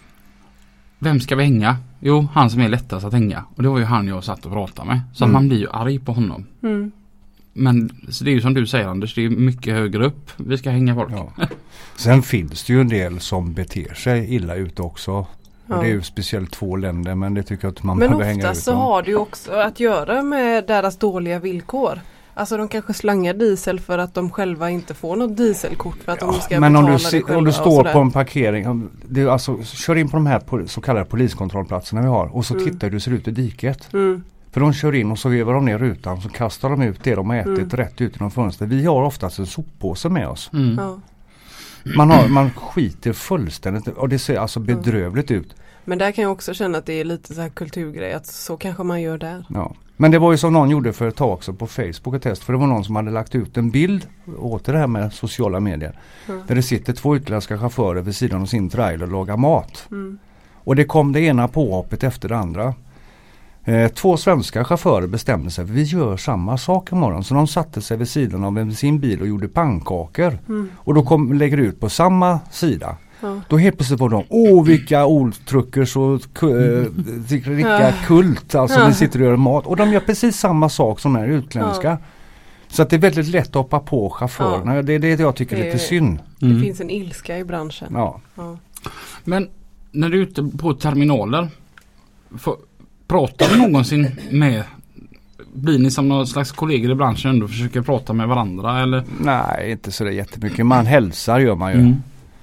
Speaker 2: vem ska vi hänga? Jo, han som är lättast att hänga. Och det var ju han jag satt och pratade med. Så
Speaker 3: Mm.
Speaker 2: att man blir ju arg på honom.
Speaker 1: Mm.
Speaker 2: Men så det är ju som du säger, Anders, det är mycket högre upp vi ska hänga folk.
Speaker 3: Ja. Sen finns det ju en del som beter sig illa ut också.
Speaker 1: Ja.
Speaker 3: Och det är ju speciellt två länder, men det tycker jag att man
Speaker 1: Men
Speaker 3: behöver hänga ut
Speaker 1: ofta så
Speaker 3: dem.
Speaker 1: har det ju också att göra med deras dåliga villkor. Alltså de kanske slangar diesel för att de själva inte får något dieselkort för att de ska
Speaker 3: Men
Speaker 1: betala
Speaker 3: om du,
Speaker 1: det
Speaker 3: se,
Speaker 1: själva
Speaker 3: om du
Speaker 1: och
Speaker 3: står
Speaker 1: sådär.
Speaker 3: på en parkering, om du alltså kör in på de här pol- så kallade poliskontrollplatserna vi har och så
Speaker 1: Mm.
Speaker 3: tittar du ser ut i diket.
Speaker 1: Mm.
Speaker 3: För de kör in och så vevar de ner rutan, så kastar de ut det de har ätit
Speaker 1: Mm.
Speaker 3: rätt ut genom fönstret. Vi har oftast en soppåse med oss.
Speaker 2: Mm.
Speaker 1: Ja.
Speaker 3: Man, har, man skiter fullständigt och det ser alltså bedrövligt ut.
Speaker 1: Men där kan jag också känna att det är lite så här kulturgrej, att så kanske man gör där.
Speaker 3: Ja. Men det var ju som någon gjorde för ett tag också på Facebook ett test. För det var någon som hade lagt ut en bild, åter det här med sociala medier.
Speaker 1: Mm.
Speaker 3: Där det sitter två utländska chaufförer vid sidan av sin trailer och lagar mat.
Speaker 1: Mm.
Speaker 3: Och det kom det ena påhoppet efter det andra. Eh, två svenska chaufförer bestämde sig för vi gör samma sak imorgon. Så de satte sig vid sidan av sin bil och gjorde pannkakor.
Speaker 1: Mm.
Speaker 3: Och då kom, lägger ut på samma sida.
Speaker 1: Ja.
Speaker 3: Då helt plötsligt var de, åh vilka oldtruckers och ku- äh, vilka kult, alltså
Speaker 1: Ja.
Speaker 3: ni sitter och gör mat. Och de gör precis samma sak som är utländska.
Speaker 1: Ja.
Speaker 3: Så att det är väldigt lätt att hoppa på chaufförerna.
Speaker 1: Ja.
Speaker 3: Det är det jag tycker är
Speaker 1: Det
Speaker 3: lite
Speaker 1: är-
Speaker 3: synd.
Speaker 1: Det
Speaker 2: Mm.
Speaker 1: finns en ilska i branschen.
Speaker 3: Ja.
Speaker 1: Ja.
Speaker 2: Men när du är ute på terminaler, för, pratar du någonsin med, blir ni som någon slags kollegor i branschen och försöker prata med varandra eller?
Speaker 3: Nej, inte så där jättemycket. Man hälsar gör man ju.
Speaker 2: Mm.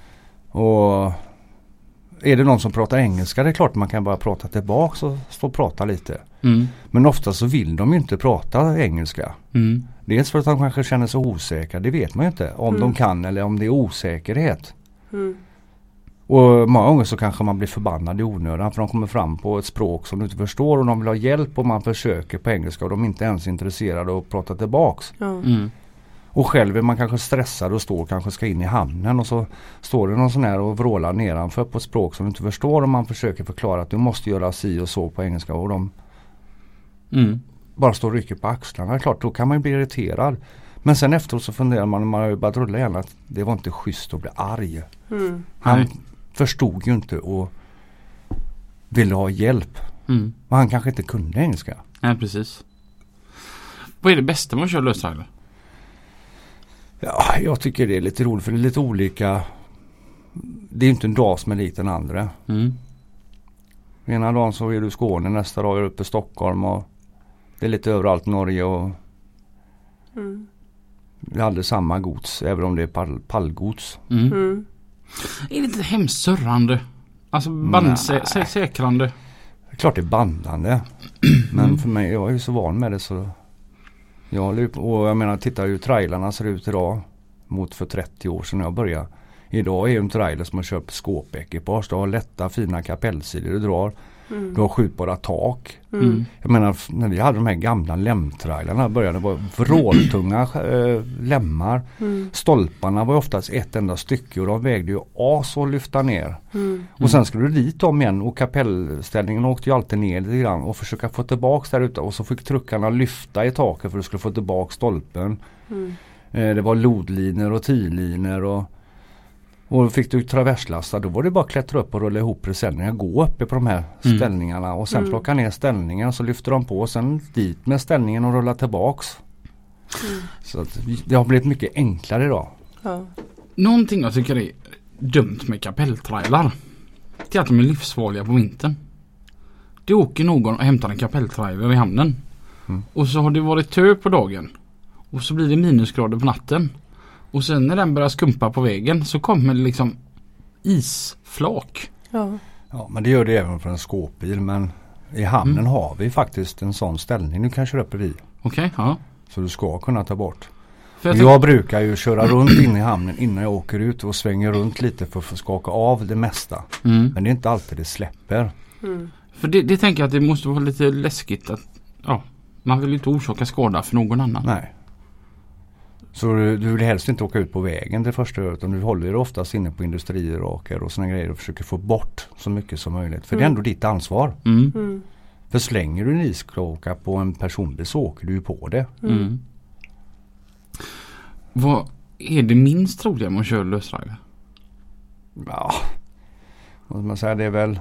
Speaker 3: Och är det någon som pratar engelska, det är klart man kan bara prata tillbaka och stå och prata lite.
Speaker 2: Mm.
Speaker 3: Men ofta så vill de ju inte prata engelska.
Speaker 2: Mm.
Speaker 3: Dels för att de kanske känner sig osäkra, det vet man ju inte. Om
Speaker 1: Mm.
Speaker 3: de kan eller om det är osäkerhet.
Speaker 1: Mm.
Speaker 3: Och många gånger så kanske man blir förbannad i onödan för de kommer fram på ett språk som du inte förstår och de vill ha hjälp och man försöker på engelska och de är inte ens intresserade av att prata tillbaks.
Speaker 1: Ja.
Speaker 2: Mm.
Speaker 3: Och själv är man kanske stressad och står kanske ska in i hamnen och så står det någon sån här och vrålar nedanför på ett språk som du inte förstår och man försöker förklara att du måste göra si och så på engelska och de
Speaker 2: Mm.
Speaker 3: bara står och rycker på axlarna. Klart, då kan man ju bli irriterad. Men sen efteråt så funderar man när man har börjat rulla igen att det var inte schysst att bli arg.
Speaker 1: Mm.
Speaker 3: Han
Speaker 2: Nej.
Speaker 3: förstod ju inte och ville ha hjälp.
Speaker 2: Mm.
Speaker 3: Och han kanske inte kunde engelska.
Speaker 2: Ja, precis. Vad är det bästa med att köra löstrailer?
Speaker 3: Ja, jag tycker det är lite roligt för det är lite olika. Det är inte en dag som är lik den andra.
Speaker 2: Mm.
Speaker 3: Ena dagen så är du i Skåne, nästa dag är du uppe i Stockholm och det är lite överallt Norge och
Speaker 1: Mm.
Speaker 3: det är aldrig samma gods även om det är pall, pallgods.
Speaker 2: Mm.
Speaker 1: Mm.
Speaker 2: Är det inte hemskt surrande? Alltså bandsäkrande?
Speaker 3: Det är klart det är bandande. Men för mig, jag är ju så van med det så jag håller ju på, och jag menar titta hur trailarna ser ut idag mot för trettio år sedan när jag började. Idag är ju en trailer som har köpt skåpekipage. Du har lätta fina kapellsidor du drar.
Speaker 1: Mm.
Speaker 3: Du har skjutbara tak.
Speaker 2: Mm.
Speaker 3: Jag menar när vi hade de här gamla lämtrailarna började det vara vråltunga äh, lämmar.
Speaker 1: Mm.
Speaker 3: Stolparna var oftast ett enda stycke och de vägde ju as att lyfta ner.
Speaker 1: Mm.
Speaker 3: Och sen skulle du dit om igen och kapellställningen åkte ju alltid ner lite grann och försöka få tillbaks där ute och så fick truckarna lyfta i taket för att du skulle få tillbaks stolpen.
Speaker 1: Mm.
Speaker 3: Eh, det var lodlinor och tillinor och och fick du traverslasta då var det bara att klättra upp och rulla ihop presenningar, gå uppe på de här
Speaker 2: Mm.
Speaker 3: ställningarna och sen
Speaker 1: Mm.
Speaker 3: plocka ner ställningen och så lyfter de på och sen dit med ställningen och rulla tillbaks.
Speaker 1: Mm.
Speaker 3: Så att det har blivit mycket enklare idag.
Speaker 1: Ja.
Speaker 2: Någonting jag tycker är dumt med kapelltrailar, det är att de är livsfarliga på vintern. Det åker någon och hämtar en kapelltrailer i hamnen.
Speaker 3: Mm.
Speaker 2: Och så har det varit tö på dagen. Och så blir det minusgrader på natten. Och sen när den börjar skumpa på vägen så kommer det liksom isflak.
Speaker 1: Ja.
Speaker 3: Ja, men det gör det även för en skåpbil men i hamnen
Speaker 2: Mm.
Speaker 3: har vi faktiskt en sån ställning du kan köra upp bredvid.
Speaker 2: Okej, okay, ja.
Speaker 3: Så du ska kunna ta bort.
Speaker 2: För jag
Speaker 3: Jag,
Speaker 2: tänk-
Speaker 3: brukar ju köra runt in i hamnen innan jag åker ut och svänger runt lite för att få skaka av det mesta.
Speaker 2: mm.
Speaker 3: Men det är inte alltid det släpper.
Speaker 1: Mm.
Speaker 2: För det, det tänker jag att det måste vara lite läskigt att ja, man vill inte orsaka skada för någon annan.
Speaker 3: Nej. Så du, du vill helst inte åka ut på vägen det första utan du håller dig oftast inne på industrirakar och såna grejer och försöker få bort så mycket som möjligt. För
Speaker 1: Mm.
Speaker 3: det är ändå ditt ansvar.
Speaker 2: Mm.
Speaker 1: Mm.
Speaker 3: För slänger du en iskråka på en personbil så åker du ju på det.
Speaker 1: Mm.
Speaker 2: Mm. Vad är det minst troliga med att köra löstrailer?
Speaker 3: Ja, vad ska man säga, det är väl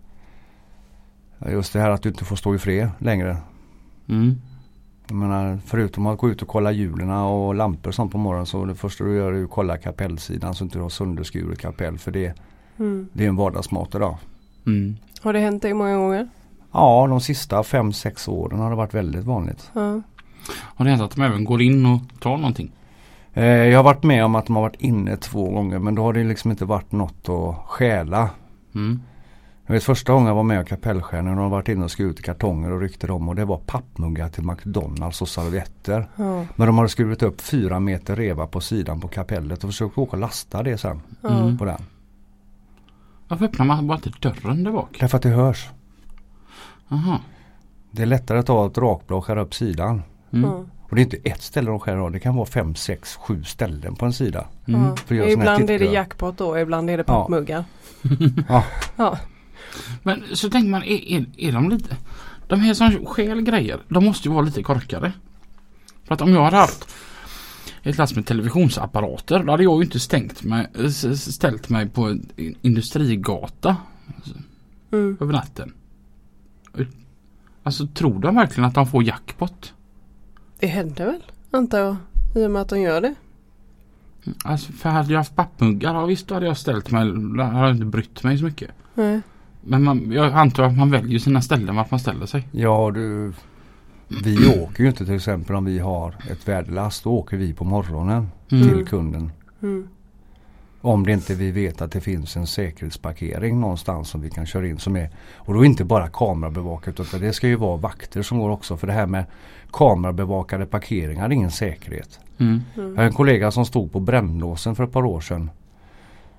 Speaker 3: just det här att du inte får stå i fred längre.
Speaker 2: Mm.
Speaker 3: Jag menar, förutom att gå ut och kolla hjulen och lampor och sånt på morgonen så det första du gör är att kolla kapellsidan så inte du har sönderskuret kapell för det,
Speaker 1: Mm.
Speaker 3: det är en vardagsmat idag.
Speaker 2: Mm.
Speaker 1: Har det hänt dig många gånger?
Speaker 3: Ja, de sista fem sex åren har det varit väldigt vanligt.
Speaker 1: Ja.
Speaker 2: Har det hänt att de även går in och tar någonting?
Speaker 3: Eh, jag har varit med om att de har varit inne två gånger men då har det liksom inte varit något att stjäla.
Speaker 2: Mm.
Speaker 3: Jag vet första gången jag var med och kapellstjärnor och de har varit inne och skurit i kartonger och ryckte dem och det var pappmuggar till McDonalds och servetter.
Speaker 1: Ja.
Speaker 3: Men de hade skurit upp fyra meter reva på sidan på kapellet och försökt åka och lasta det sen
Speaker 1: Ja.
Speaker 2: Mm.
Speaker 3: på den.
Speaker 2: Varför öppnar man bara inte dörren där bak?
Speaker 3: Därför att det hörs.
Speaker 2: Aha.
Speaker 3: Det är lättare att ta ett rakblad och skära upp sidan.
Speaker 2: Mm.
Speaker 1: Ja.
Speaker 3: Och det är inte ett ställe de skär av, det kan vara fem, sex, sju ställen på en sida.
Speaker 2: Mm.
Speaker 1: Ja.
Speaker 3: För att göra sån här
Speaker 1: Ibland är det
Speaker 3: tittgröt.
Speaker 1: jackpot då, ibland är det
Speaker 3: Ja.
Speaker 1: pappmuggar.
Speaker 3: Ja.
Speaker 1: Ja.
Speaker 2: Men så tänker man, är, är, är de lite... De här som stjäl grejer, de måste ju vara lite korkade. För att om jag hade haft ett last med televisionsapparater, då hade jag ju inte stängt mig, s- ställt mig på en industrigata
Speaker 1: Mm.
Speaker 2: över natten. Alltså tror de verkligen att de får jackpot?
Speaker 1: Det händer väl, antar jag, i och med att de gör det.
Speaker 2: Alltså för hade jag haft pappmuggar, ja, visst då hade jag ställt mig, då hade jag inte brytt mig så mycket.
Speaker 1: Nej.
Speaker 2: Men man, jag antar att man väljer sina ställen vart man ställer sig.
Speaker 3: Ja, du, vi åker ju inte till exempel om vi har ett värdelast, då åker vi på morgonen
Speaker 2: Mm.
Speaker 3: till kunden.
Speaker 1: Mm.
Speaker 3: Om det inte vi vet att det finns en säkerhetsparkering någonstans som vi kan köra in som är, och då inte bara kamerabevakat utan det ska ju vara vakter som går också för det här med kamerabevakade parkeringar är ingen säkerhet.
Speaker 2: Mm.
Speaker 3: Jag har en kollega som stod på brännlåsen för ett par år sedan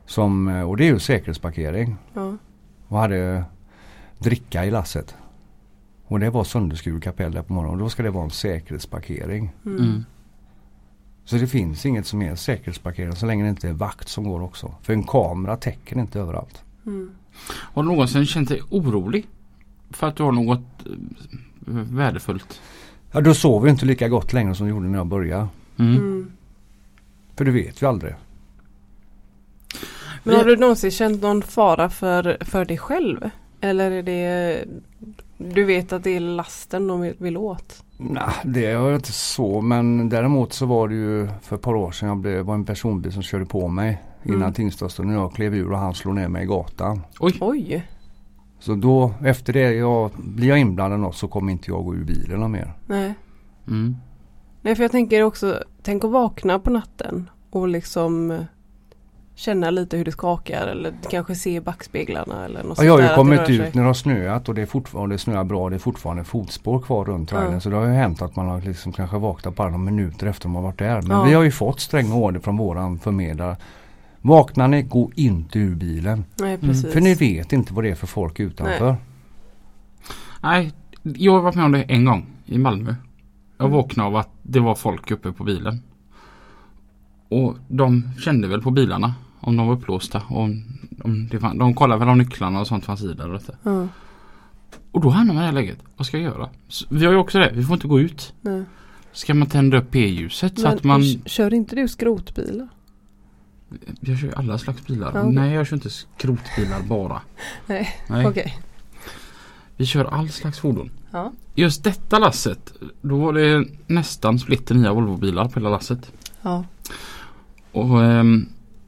Speaker 3: Som, och det är ju säkerhetsparkering.
Speaker 1: Ja.
Speaker 3: Och hade dricka i lasset. Och det var sönderskuret kapell där på morgonen. Och då ska det vara en säkerhetsparkering.
Speaker 1: Mm.
Speaker 2: Mm.
Speaker 3: Så det finns inget som är säkerhetsparkering så länge det inte är vakt som går också. För en kamera täcker inte överallt.
Speaker 1: Mm.
Speaker 2: Har du någonsin känt dig orolig för att du har något eh, värdefullt?
Speaker 3: Ja, då sover vi inte lika gott längre som vi gjorde när jag började.
Speaker 2: Mm.
Speaker 1: Mm.
Speaker 3: För du vet ju aldrig.
Speaker 1: Men har du någonsin känt någon fara för, för dig själv? Eller är det, du vet att det är lasten de vill, vill åt?
Speaker 3: Nej, det har jag inte så. Men däremot så var det ju för ett par år sedan jag blev, var en personbil som körde på mig innan
Speaker 1: Mm.
Speaker 3: tingsdagsstunden. Jag klev ur och han slog ner mig i gatan.
Speaker 2: Oj.
Speaker 1: Oj.
Speaker 3: Så då, efter det, jag, blir jag inblandad i något så kommer inte jag gå ur bilen någon mer.
Speaker 1: Nej.
Speaker 2: Mm.
Speaker 1: Nej, för jag tänker också, tänk att vakna på natten och liksom eh, känna lite hur det skakar eller kanske se i backspeglarna eller något
Speaker 3: Ja, jag har ju
Speaker 1: sånt där,
Speaker 3: kommit
Speaker 1: att det rör
Speaker 3: ut
Speaker 1: sig.
Speaker 3: när det har snöat och det är fortfarande det snöar bra. Det är fortfarande fotspår kvar runt trailern.
Speaker 1: Ja.
Speaker 3: Så det har ju hänt att man har liksom kanske vaknat bara några minuter efter man varit där. Men
Speaker 1: Ja.
Speaker 3: vi har ju fått stränga order från våran förmedlare. Vaknar ni, gå inte ur bilen.
Speaker 1: Nej, precis.
Speaker 3: För ni vet inte vad det är för folk utanför.
Speaker 2: Nej, jag har varit med om det en gång i Malmö. Jag
Speaker 1: Mm.
Speaker 2: vaknade av att det var folk uppe på bilen. Och de kände väl på bilarna om de var upplåsta. Och om, om det fann, de kollade väl om nycklarna och sånt fanns i där. Och,
Speaker 1: Ja.
Speaker 2: och då hamnar man i det här läget. Vad ska jag göra? Så, vi har ju också det. Vi får inte gå ut.
Speaker 1: Nej.
Speaker 2: Ska man tända upp p-ljuset så
Speaker 1: Men
Speaker 2: att man...
Speaker 1: k- kör inte du skrotbilar?
Speaker 2: Jag kör ju alla slags bilar.
Speaker 1: Ja, okej.
Speaker 2: Nej, jag kör inte skrotbilar bara.
Speaker 1: Nej,
Speaker 2: Nej.
Speaker 1: okej.
Speaker 2: Vi kör all slags fordon.
Speaker 1: Ja.
Speaker 2: Just detta lasset, då var det nästan splitter nya Volvo-bilar på hela lasset.
Speaker 1: Ja.
Speaker 2: Och ehm,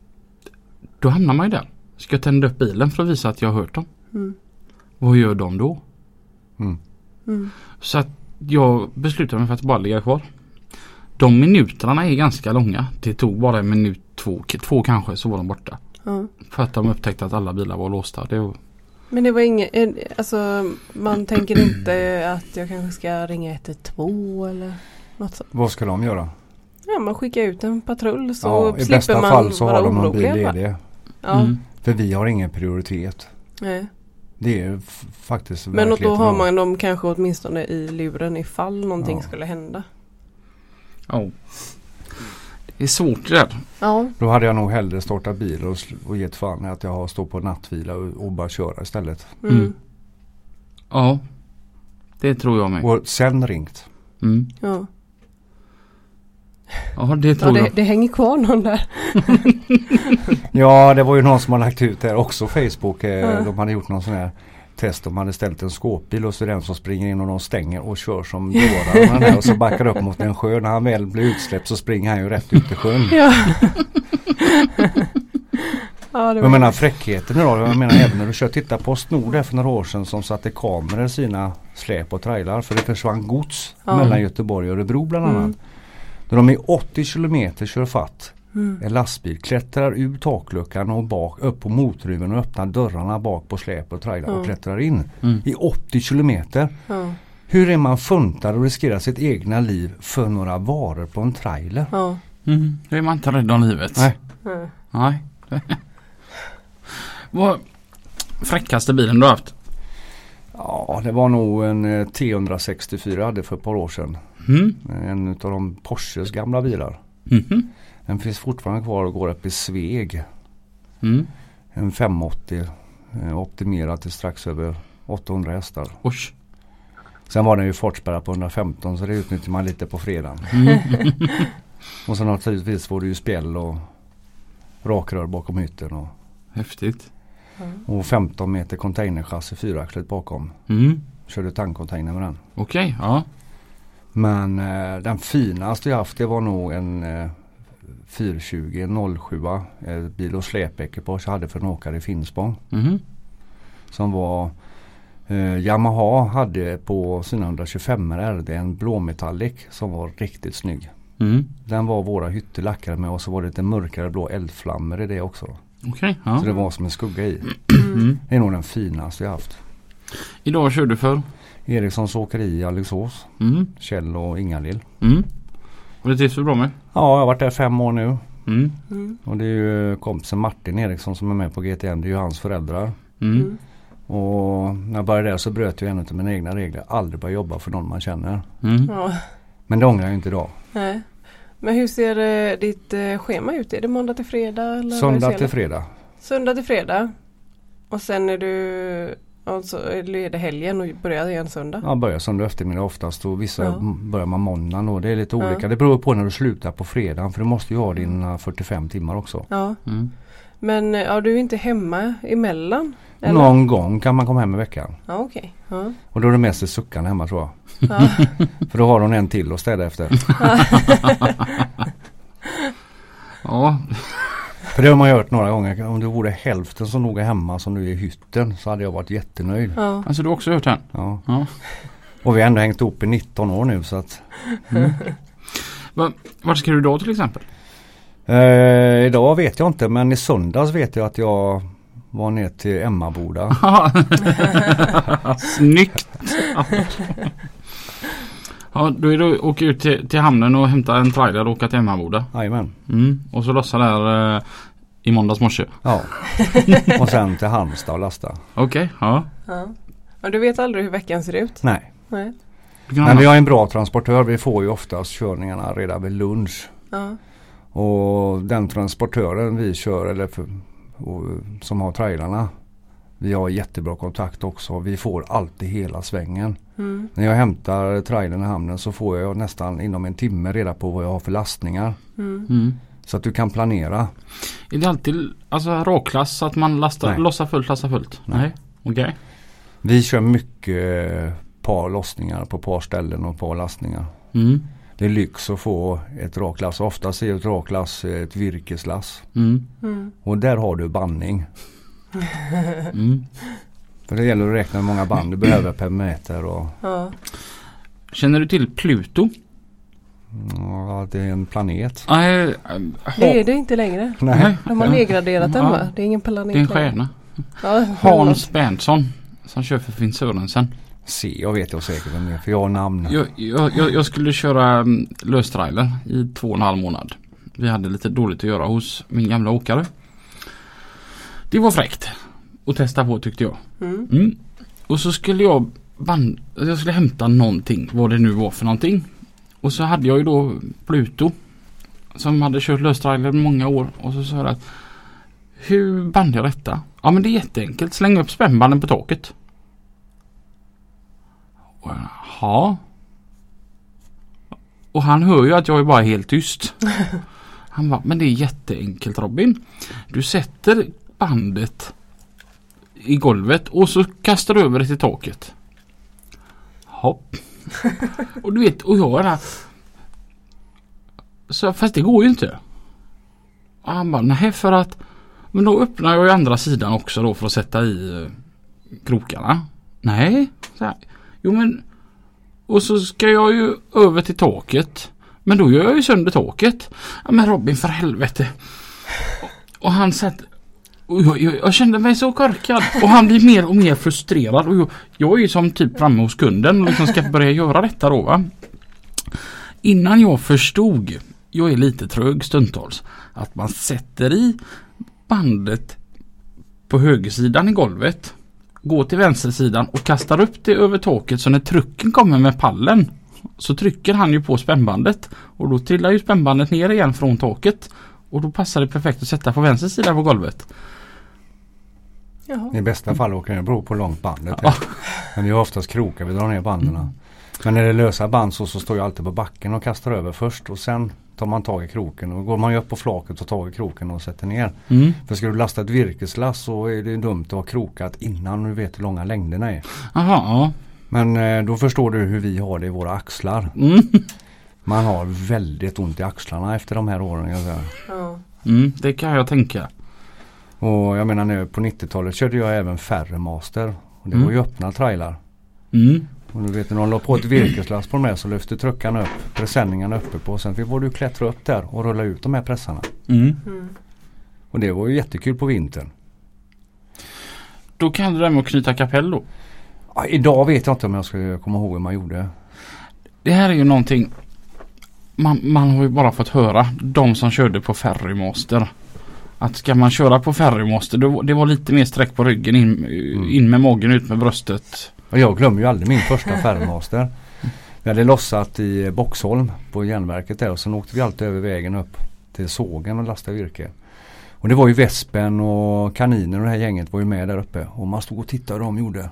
Speaker 2: då hamnar man ju där. Ska jag tända upp bilen för att visa att jag har hört dem?
Speaker 1: Mm.
Speaker 2: Vad gör de då?
Speaker 3: Mm.
Speaker 1: Mm.
Speaker 2: Så att jag beslutade mig för att bara ligga kvar. De minuterna är ganska långa. Det tog bara en minut, två, två kanske, så var de borta.
Speaker 1: Ja.
Speaker 2: För att de upptäckte att alla bilar var låsta. Det var...
Speaker 1: Men det var inget, en- alltså man tänker inte att jag kanske ska ringa ett ett två eller något sånt.
Speaker 3: Vad ska de göra?
Speaker 1: Ja, man skickar ut en patrull så
Speaker 3: Ja, i
Speaker 1: slipper
Speaker 3: bästa
Speaker 1: man
Speaker 3: fall så
Speaker 1: vara
Speaker 3: har de någon bil
Speaker 1: orolig, va?
Speaker 3: ledig.
Speaker 1: Ja,
Speaker 2: Mm.
Speaker 3: För vi har ingen prioritet.
Speaker 1: nej.
Speaker 3: Det är f- faktiskt
Speaker 1: Men då
Speaker 3: verkligheten
Speaker 1: har
Speaker 3: av-
Speaker 1: man dem kanske åtminstone i luren ifall någonting
Speaker 3: Ja.
Speaker 1: skulle hända.
Speaker 2: Ja. Det är svårt det där.
Speaker 1: Ja,
Speaker 3: Då hade jag nog hellre startat bil och, sl- och gett fan att jag har stått på nattvila och, och bara köra istället.
Speaker 1: mm.
Speaker 2: Mm. Ja. Det tror jag med.
Speaker 3: Och sen ringt.
Speaker 2: Mm.
Speaker 1: ja.
Speaker 2: Ja, det
Speaker 1: ja
Speaker 2: tror
Speaker 1: det,
Speaker 2: jag.
Speaker 1: det hänger kvar någon där.
Speaker 3: Ja, det var ju någon som har lagt ut där också Facebook. Eh,
Speaker 1: Ja.
Speaker 3: De hade gjort någon sån här test. De hade ställt en skåpbil och så är det den som springer in och de stänger och kör som dårar med den här och så backar upp mot en sjö. När han väl blir utsläppt så springer han ju rätt ut i sjön.
Speaker 1: Ja. Ja, det
Speaker 3: Jag
Speaker 1: var
Speaker 3: menar fräckheten idag, jag menar även när du kör, titta på Snor där för några år sedan som satte kameror i sina släp och trailar för det försvann gods
Speaker 1: Ja.
Speaker 3: mellan Göteborg och Örebro bland annat.
Speaker 1: Mm.
Speaker 3: När de i åttio kilometer kör fatt
Speaker 1: Mm.
Speaker 3: en lastbil, klättrar ur takluckan och bak upp på motorhuven och öppnar dörrarna bak på släp och trailar
Speaker 1: Ja.
Speaker 3: och klättrar in
Speaker 2: Mm.
Speaker 3: i åttio kilometer.
Speaker 1: Ja.
Speaker 3: Hur är man funtad och riskerar sitt egna liv för några varor på en trailer?
Speaker 1: Ja.
Speaker 2: Mm. Då är man inte rädd om livet.
Speaker 3: Nej.
Speaker 1: Ja.
Speaker 2: Nej. Vad fräckaste bilen du har haft?
Speaker 3: Ja, det var nog en eh, T etthundrasextiofyra jag hade för ett par år sedan.
Speaker 2: Mm.
Speaker 3: En av de Porsches gamla bilar.
Speaker 2: Mhm.
Speaker 3: Den finns fortfarande kvar och går upp i Sveg.
Speaker 2: Mm.
Speaker 3: En femhundraåttio eh, optimerad till strax över åttahundra hästar.
Speaker 2: Oj.
Speaker 3: Sen var den ju fartspärrad på hundrafemton så det utnyttjar man lite på fredagen.
Speaker 2: Mm.
Speaker 3: Och sen naturligtvis var det ju spjäll och rakrör bakom hytten och,
Speaker 2: Häftigt.
Speaker 3: och femton meter containerchassi fyraxligt bakom.
Speaker 2: Mm.
Speaker 3: Körde tankcontainer med den.
Speaker 2: Okej, ja.
Speaker 3: Men eh, den finaste jag haft det var nog en eh, fyrahundratjugo noll sju eh, bil- och släpekipage jag hade för en åkare i Finspång.
Speaker 2: Mhm.
Speaker 3: Som var eh, Yamaha hade på sina etthundratjugofem R D en blåmetallic som var riktigt snygg.
Speaker 2: Mm.
Speaker 3: Den var våra hytter lackade med och så var det lite mörkare blå eldflammor i det också.
Speaker 2: Okej, ja.
Speaker 3: Så det var som en skugga i.
Speaker 2: Mm.
Speaker 3: Det är nog den finaste jag haft.
Speaker 2: Idag kör du för?
Speaker 3: Erikssons åkeri i Alingsås.
Speaker 2: Mm.
Speaker 3: Kjell och Ingalill.
Speaker 2: Mm. Och det trivs du bra med?
Speaker 3: Ja, jag har varit där fem år nu.
Speaker 2: Mm.
Speaker 1: Mm.
Speaker 3: Och det är ju kompisen Martin Eriksson som är med på G T M. Det är ju hans föräldrar.
Speaker 2: Mm.
Speaker 1: Mm.
Speaker 3: Och när jag började där så bröt jag en av mina egna regler. Aldrig börja jobba för någon man känner.
Speaker 2: Mm.
Speaker 1: Ja.
Speaker 3: Men det ångrar jag inte idag.
Speaker 1: Nej. Men hur ser eh, ditt eh, schema ut? Är det måndag till fredag? Eller
Speaker 3: Söndag
Speaker 1: vad är det?
Speaker 3: till fredag.
Speaker 1: Söndag till fredag. Och sen är du, alltså är det helgen och börjar igen söndag?
Speaker 3: Ja, börjar söndag eftermiddag oftast och vissa
Speaker 1: Ja.
Speaker 3: börjar man måndagen och det är lite
Speaker 1: Ja.
Speaker 3: olika. Det beror på när du slutar på fredagen för du måste ju ha dina fyrtiofem timmar också.
Speaker 1: Ja.
Speaker 2: Mm.
Speaker 1: Men ja, du är inte hemma emellan? Eller?
Speaker 3: Någon gång kan man komma hem i veckan.
Speaker 1: Ja, okej. Ja.
Speaker 3: Och då är det mest sig suckan hemma tror jag.
Speaker 1: Ja.
Speaker 3: För då har hon en till att städa efter.
Speaker 2: Ja.
Speaker 3: För det har man hört några gånger. Om det vore hälften som nog är hemma som nu är i hytten så hade jag varit jättenöjd.
Speaker 1: Ja.
Speaker 2: Alltså du har också hört den?
Speaker 3: Ja.
Speaker 2: Ja.
Speaker 3: Och vi har ändå hängt ihop i nitton år nu så att.
Speaker 2: Mm. Va, vart ska du då till exempel?
Speaker 3: Eh, idag vet jag inte men i söndags vet jag att jag var ner till Emmaboda.
Speaker 2: Snyggt! Ja, då är du åker ut till, till hamnen och hämtar en trailer och åka till Emmaboda.
Speaker 3: Jajamän.
Speaker 2: Mm. Och så lossar där eh, i måndags morse.
Speaker 3: Ja. Och sen till Halmstad och lasta.
Speaker 2: Okej, okay, ja.
Speaker 1: Ja. Och du vet aldrig hur veckan ser ut?
Speaker 3: Nej.
Speaker 1: Nej.
Speaker 3: Men vi har en bra transportör. Vi får ju oftast körningarna redan vid lunch.
Speaker 1: Ja.
Speaker 3: Och den transportören vi kör eller för, och, som har trailarna. Vi har jättebra kontakt också. Vi får alltid hela svängen.
Speaker 1: Mm.
Speaker 3: När jag hämtar trailern i hamnen så får jag nästan inom en timme reda på vad jag har för lastningar.
Speaker 1: Mm.
Speaker 2: Mm.
Speaker 3: Så att du kan planera.
Speaker 2: Är det alltid alltså råklass så att man lastar,
Speaker 3: Nej.
Speaker 2: lossar fullt, lastar fullt? Nej. Nej. Okej. Okay.
Speaker 3: Vi kör mycket par lossningar på par ställen och par lastningar.
Speaker 2: Mm.
Speaker 3: Det är lyx att få ett raklass. Oftast är ett raklass ett virkeslass.
Speaker 2: Mm.
Speaker 1: Mm.
Speaker 3: Och där har du bandning.
Speaker 2: Mm.
Speaker 3: För det gäller att räkna hur många band du behöver per meter. Och,
Speaker 1: Ja.
Speaker 2: Känner du till Pluto?
Speaker 3: ja, det är en planet.
Speaker 2: Nej, äh,
Speaker 1: Det är det inte längre.
Speaker 3: Nej.
Speaker 1: De har nedgraderat den
Speaker 2: Ja.
Speaker 1: va? Det är ingen planet
Speaker 2: det är en
Speaker 1: längre.
Speaker 2: stjärna.
Speaker 1: Ja,
Speaker 2: Hans Berntsson som kör för Finn Sörensen.
Speaker 3: Se, jag vet jag säkert vem det är, för jag har namn.
Speaker 2: Jag, jag, jag, jag skulle köra um, löstrailer i två och en halv månad. Vi hade lite dåligt att göra hos min gamla åkare. Det var fräckt att testa på tyckte jag.
Speaker 1: Mm.
Speaker 2: Mm. Och så skulle jag band, jag skulle hämta någonting, vad det nu var för någonting. Och så hade jag ju då Pluto som hade kört löstrailer i många år. Och så sa jag att hur bandar jag detta? Ja men det är jätteenkelt, släng upp spännbanden på taket. Ja. Och han hör ju att jag är bara helt tyst. Han bara, men det är jätteenkelt Robin. Du sätter bandet i golvet och så kastar du över det till taket. Hopp. Och du vet, och jag är där. Så fast det går ju inte. Och han bara, nej för att men då öppnar jag ju andra sidan också då för att sätta i krokarna. Nej. Så här. Jo men och så ska jag ju över till taket. Men då gör jag ju sönder taket. Ja, men Robin för helvete. Och, och han satt och jag, jag, jag kände mig så korkad. Och han blir mer och mer frustrerad. Och jag, jag är ju som typ framme hos kunden och liksom ska börja göra detta då va. Innan jag förstod, jag är lite trög stundtals, att man sätter i bandet på högersidan i golvet. Går till vänstersidan och kastar upp det över taket så när trucken kommer med pallen så trycker han ju på spännbandet och då trillar ju spännbandet ner igen från taket och då passar det perfekt att sätta på vänster sida på golvet.
Speaker 1: Jaha.
Speaker 3: I bästa fall åker det beror på långt bandet.
Speaker 2: Ja.
Speaker 3: Men vi har oftast krokar, vi drar ner banden. Mm. Men när det är lösa band så, så står jag alltid på backen och kastar över först och sen tar man tag i kroken och går man ju upp på flaket och tar i kroken och sätter ner. Mm. För ska du lasta ett virkeslass så är det dumt att ha krokat innan du vet hur långa längderna är.
Speaker 2: Aha, ja.
Speaker 3: Men eh, då förstår du hur vi har det i våra axlar.
Speaker 2: Mm.
Speaker 3: Man har väldigt ont i axlarna efter de här åren. Jag
Speaker 1: Ja.
Speaker 2: Mm, det kan jag tänka.
Speaker 3: Och jag menar nu på nittiotalet körde jag även färre master. Och det mm. var ju öppna trailar.
Speaker 2: Mm.
Speaker 3: Och du vet när de la på ett virkeslass på med så lyfte truckan upp, presenningarna uppe på. Sen fick du klättra upp där och rulla ut de här pressarna.
Speaker 2: Mm.
Speaker 1: Mm.
Speaker 3: Och det var ju jättekul på vintern.
Speaker 2: Då kan du det med att knyta kapell då?
Speaker 3: Ja, idag vet jag inte om jag ska komma ihåg hur man gjorde.
Speaker 2: Det här är ju någonting man, man har ju bara fått höra de som körde på Ferrymaster. Att ska man köra på Ferrymaster, då, det var lite mer sträck på ryggen, in, mm. in med magen, ut med bröstet.
Speaker 3: Och jag glömmer ju aldrig min första Ferrymaster. Vi hade lossat i Boxholm på järnverket där och sen åkte vi alltid över vägen upp till sågen och lastade virke. Och det var ju Vespen och Kaniner och det här gänget var ju med där uppe. Och man stod och tittade vad de gjorde.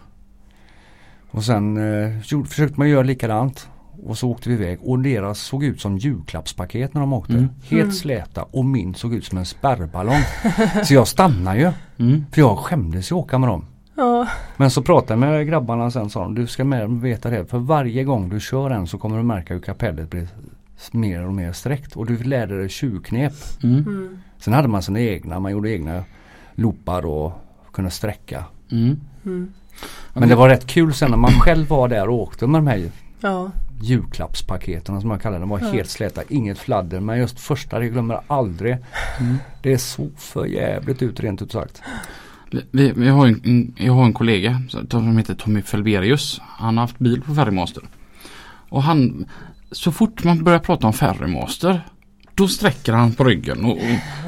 Speaker 3: Och sen eh, försökte man göra likadant. Och så åkte vi iväg. Och deras såg ut som julklappspaket när de åkte. Mm. Helt mm. släta. Och min såg ut som en spärrballong. Så jag stannade ju. Mm. För jag skämdes ju åka med dem.
Speaker 1: Ja.
Speaker 3: Men så pratade jag med grabbarna sen sa de, du ska med veta det. För varje gång du kör en så kommer du märka hur kapellet blir mer och mer sträckt. Och du lärde dig tjuvknep. Mm. Mm. Sen hade man sina egna. Man gjorde egna loopar och kunde sträcka. Mm. Mm. Men det var rätt kul sen när man själv var där och åkte med de här ja. julklappspaketen som jag kallar dem. Var ja. helt släta, inget fladder. Men just första, det glömmer jag aldrig. Mm. Det är så för jävligt ut rent ut sagt.
Speaker 2: Vi, vi har en, en, jag har en kollega som heter Tommy Felberius. Han har haft bil på Ferrymaster. Och han, så fort man börjar prata om Ferrymaster, då sträcker han på ryggen. Och, och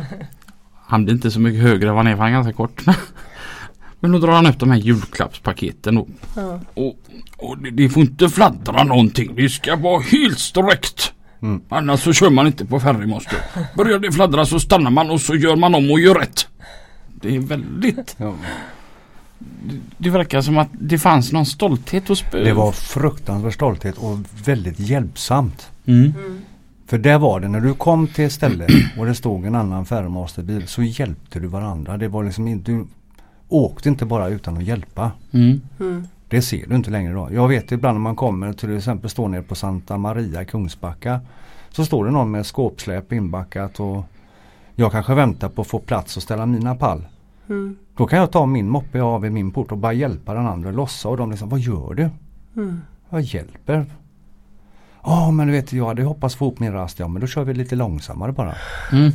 Speaker 2: han blir inte så mycket högre än vad han är, för han är ganska kort. Men då drar han upp de här julklappspaketen. Och, ja. och, och det, det får inte fladdra någonting. Det ska vara helt sträckt. Mm. Annars så kör man inte på Ferrymaster. Börjar det fladdra så stannar man och så gör man om och gör rätt. Det är väldigt... Ja. Det, det verkar som att det fanns någon stolthet hos...
Speaker 3: Det var fruktansvärd stolthet och väldigt hjälpsamt. Mm. Mm. För där var det, när du kom till ett ställe och det stod en annan Ferrymasterbil så hjälpte du varandra. Det var liksom inte... Du åkte inte bara utan att hjälpa. Mm. Mm. Det ser du inte längre då. Jag vet ibland när man kommer till exempel står ner på Santa Maria i Kungsbacka så står det någon med skåpsläp inbackat och jag kanske väntar på att få plats och ställa mina pall. Mm. Då kan jag ta min moppe av i min port och bara hjälpa den andra lossa och de liksom, vad gör du? Mm. Jag hjälper. Ja, oh, men du vet, jag hade hoppats få upp min rast, ja, men då kör vi lite långsammare bara. Mm.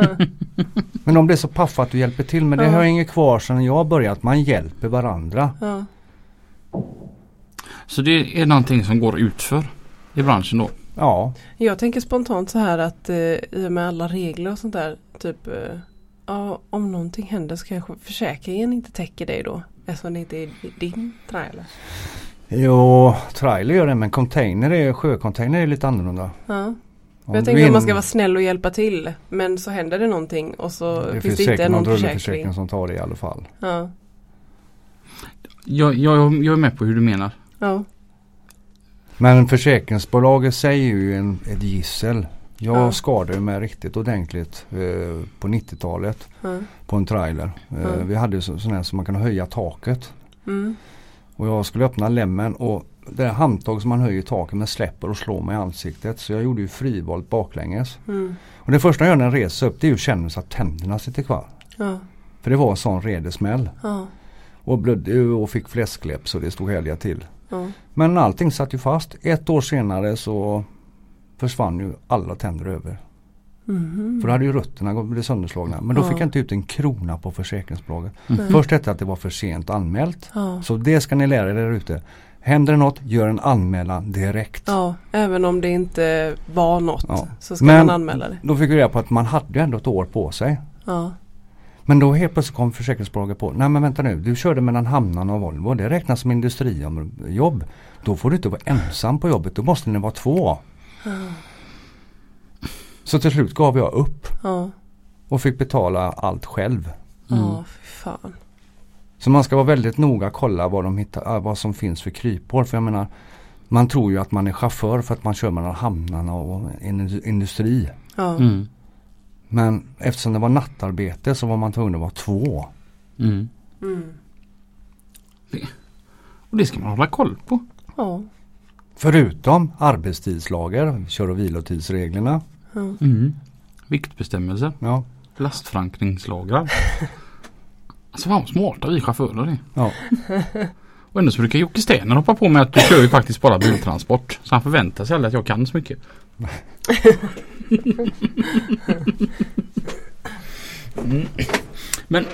Speaker 3: Men om det är så paffa att du hjälper till, men det har inget kvar sedan jag börjat, man hjälper varandra. Ja.
Speaker 2: Så det är någonting som går utför i branschen då?
Speaker 3: Ja.
Speaker 1: Jag tänker spontant så här att eh, i och med alla regler och sånt där, typ, eh, ja, om någonting händer så kanske försäkringen inte täcker dig då, eftersom det inte är din trailer.
Speaker 3: Jo, trailer gör det, men container är, sjöcontainer är lite annorlunda.
Speaker 1: Ja. Jag tänker in... att man ska vara snäll och hjälpa till, men så händer det någonting och så det finns det inte någon försäkring.
Speaker 3: försäkring som tar det i alla fall.
Speaker 1: Ja.
Speaker 2: Jag, jag, jag är med på hur du menar.
Speaker 1: Ja.
Speaker 3: Men försäkringsbolaget säger ju en, ett gissel. Jag ja. skadade mig riktigt ordentligt eh, på nittiotalet ja. på en trailer. Eh, ja. Vi hade så, sån här som man kan höja taket. Mm. Och jag skulle öppna lämmen och det handtag som man höjer taket med släpper och slår mig i ansiktet. Så jag gjorde ju frivolt baklänges. Mm. Och det första jag gör när jag reser upp det är ju att känna så att tänderna sitter kvar. Ja. För det var en sån redesmäll. Ja. Och blödde och fick fläskläpp så det stod härliga till. Ja. Men allting satt ju fast. Ett år senare så försvann ju alla tänder över. Mm. För då hade ju rötterna blivit sönderslagna. Men då ja. fick jag inte ut en krona på försäkringsbolaget. Mm. Först detta att det var för sent anmält. Ja. Så det ska ni lära er där ute. Händer det något, gör en anmälan direkt.
Speaker 1: Ja, även om det inte var något ja. så ska men man anmäla det.
Speaker 3: Då fick vi reda på att man hade ändå ett år på sig. Ja. Men då helt plötsligt kom försäkringsbolaget på. Nej men vänta nu, du körde mellan Hamnarna och Volvo. Det räknas som industrijobb. Då får du inte vara ensam på jobbet. Då måste ni vara två. Mm. Så till slut gav jag upp. Ja. Och fick betala allt själv.
Speaker 1: Ja, mm. fy fan.
Speaker 3: Så man ska vara väldigt noga kolla vad, de hittar, vad som finns för kryphål. För jag menar, man tror ju att man är chaufför för att man kör mellan Hamnarna och industri. Ja. Mm. Men eftersom det var nattarbete så var man tvungen att vara två. Mm. Mm.
Speaker 2: Det. Och det ska man hålla koll på.
Speaker 1: Ja.
Speaker 3: Förutom arbetstidslager, kör- och vilotidsreglerna.
Speaker 2: Ja. Mm. Viktbestämmelser. Ja. Lastförankringslagar. Alltså vad smarta vi chaufförer är. Ja. Och ändå så brukar Jocke Stener hoppa på med att du kör ju faktiskt bara biltransport. Så han förväntar sig aldrig att jag kan så mycket. Mm. Men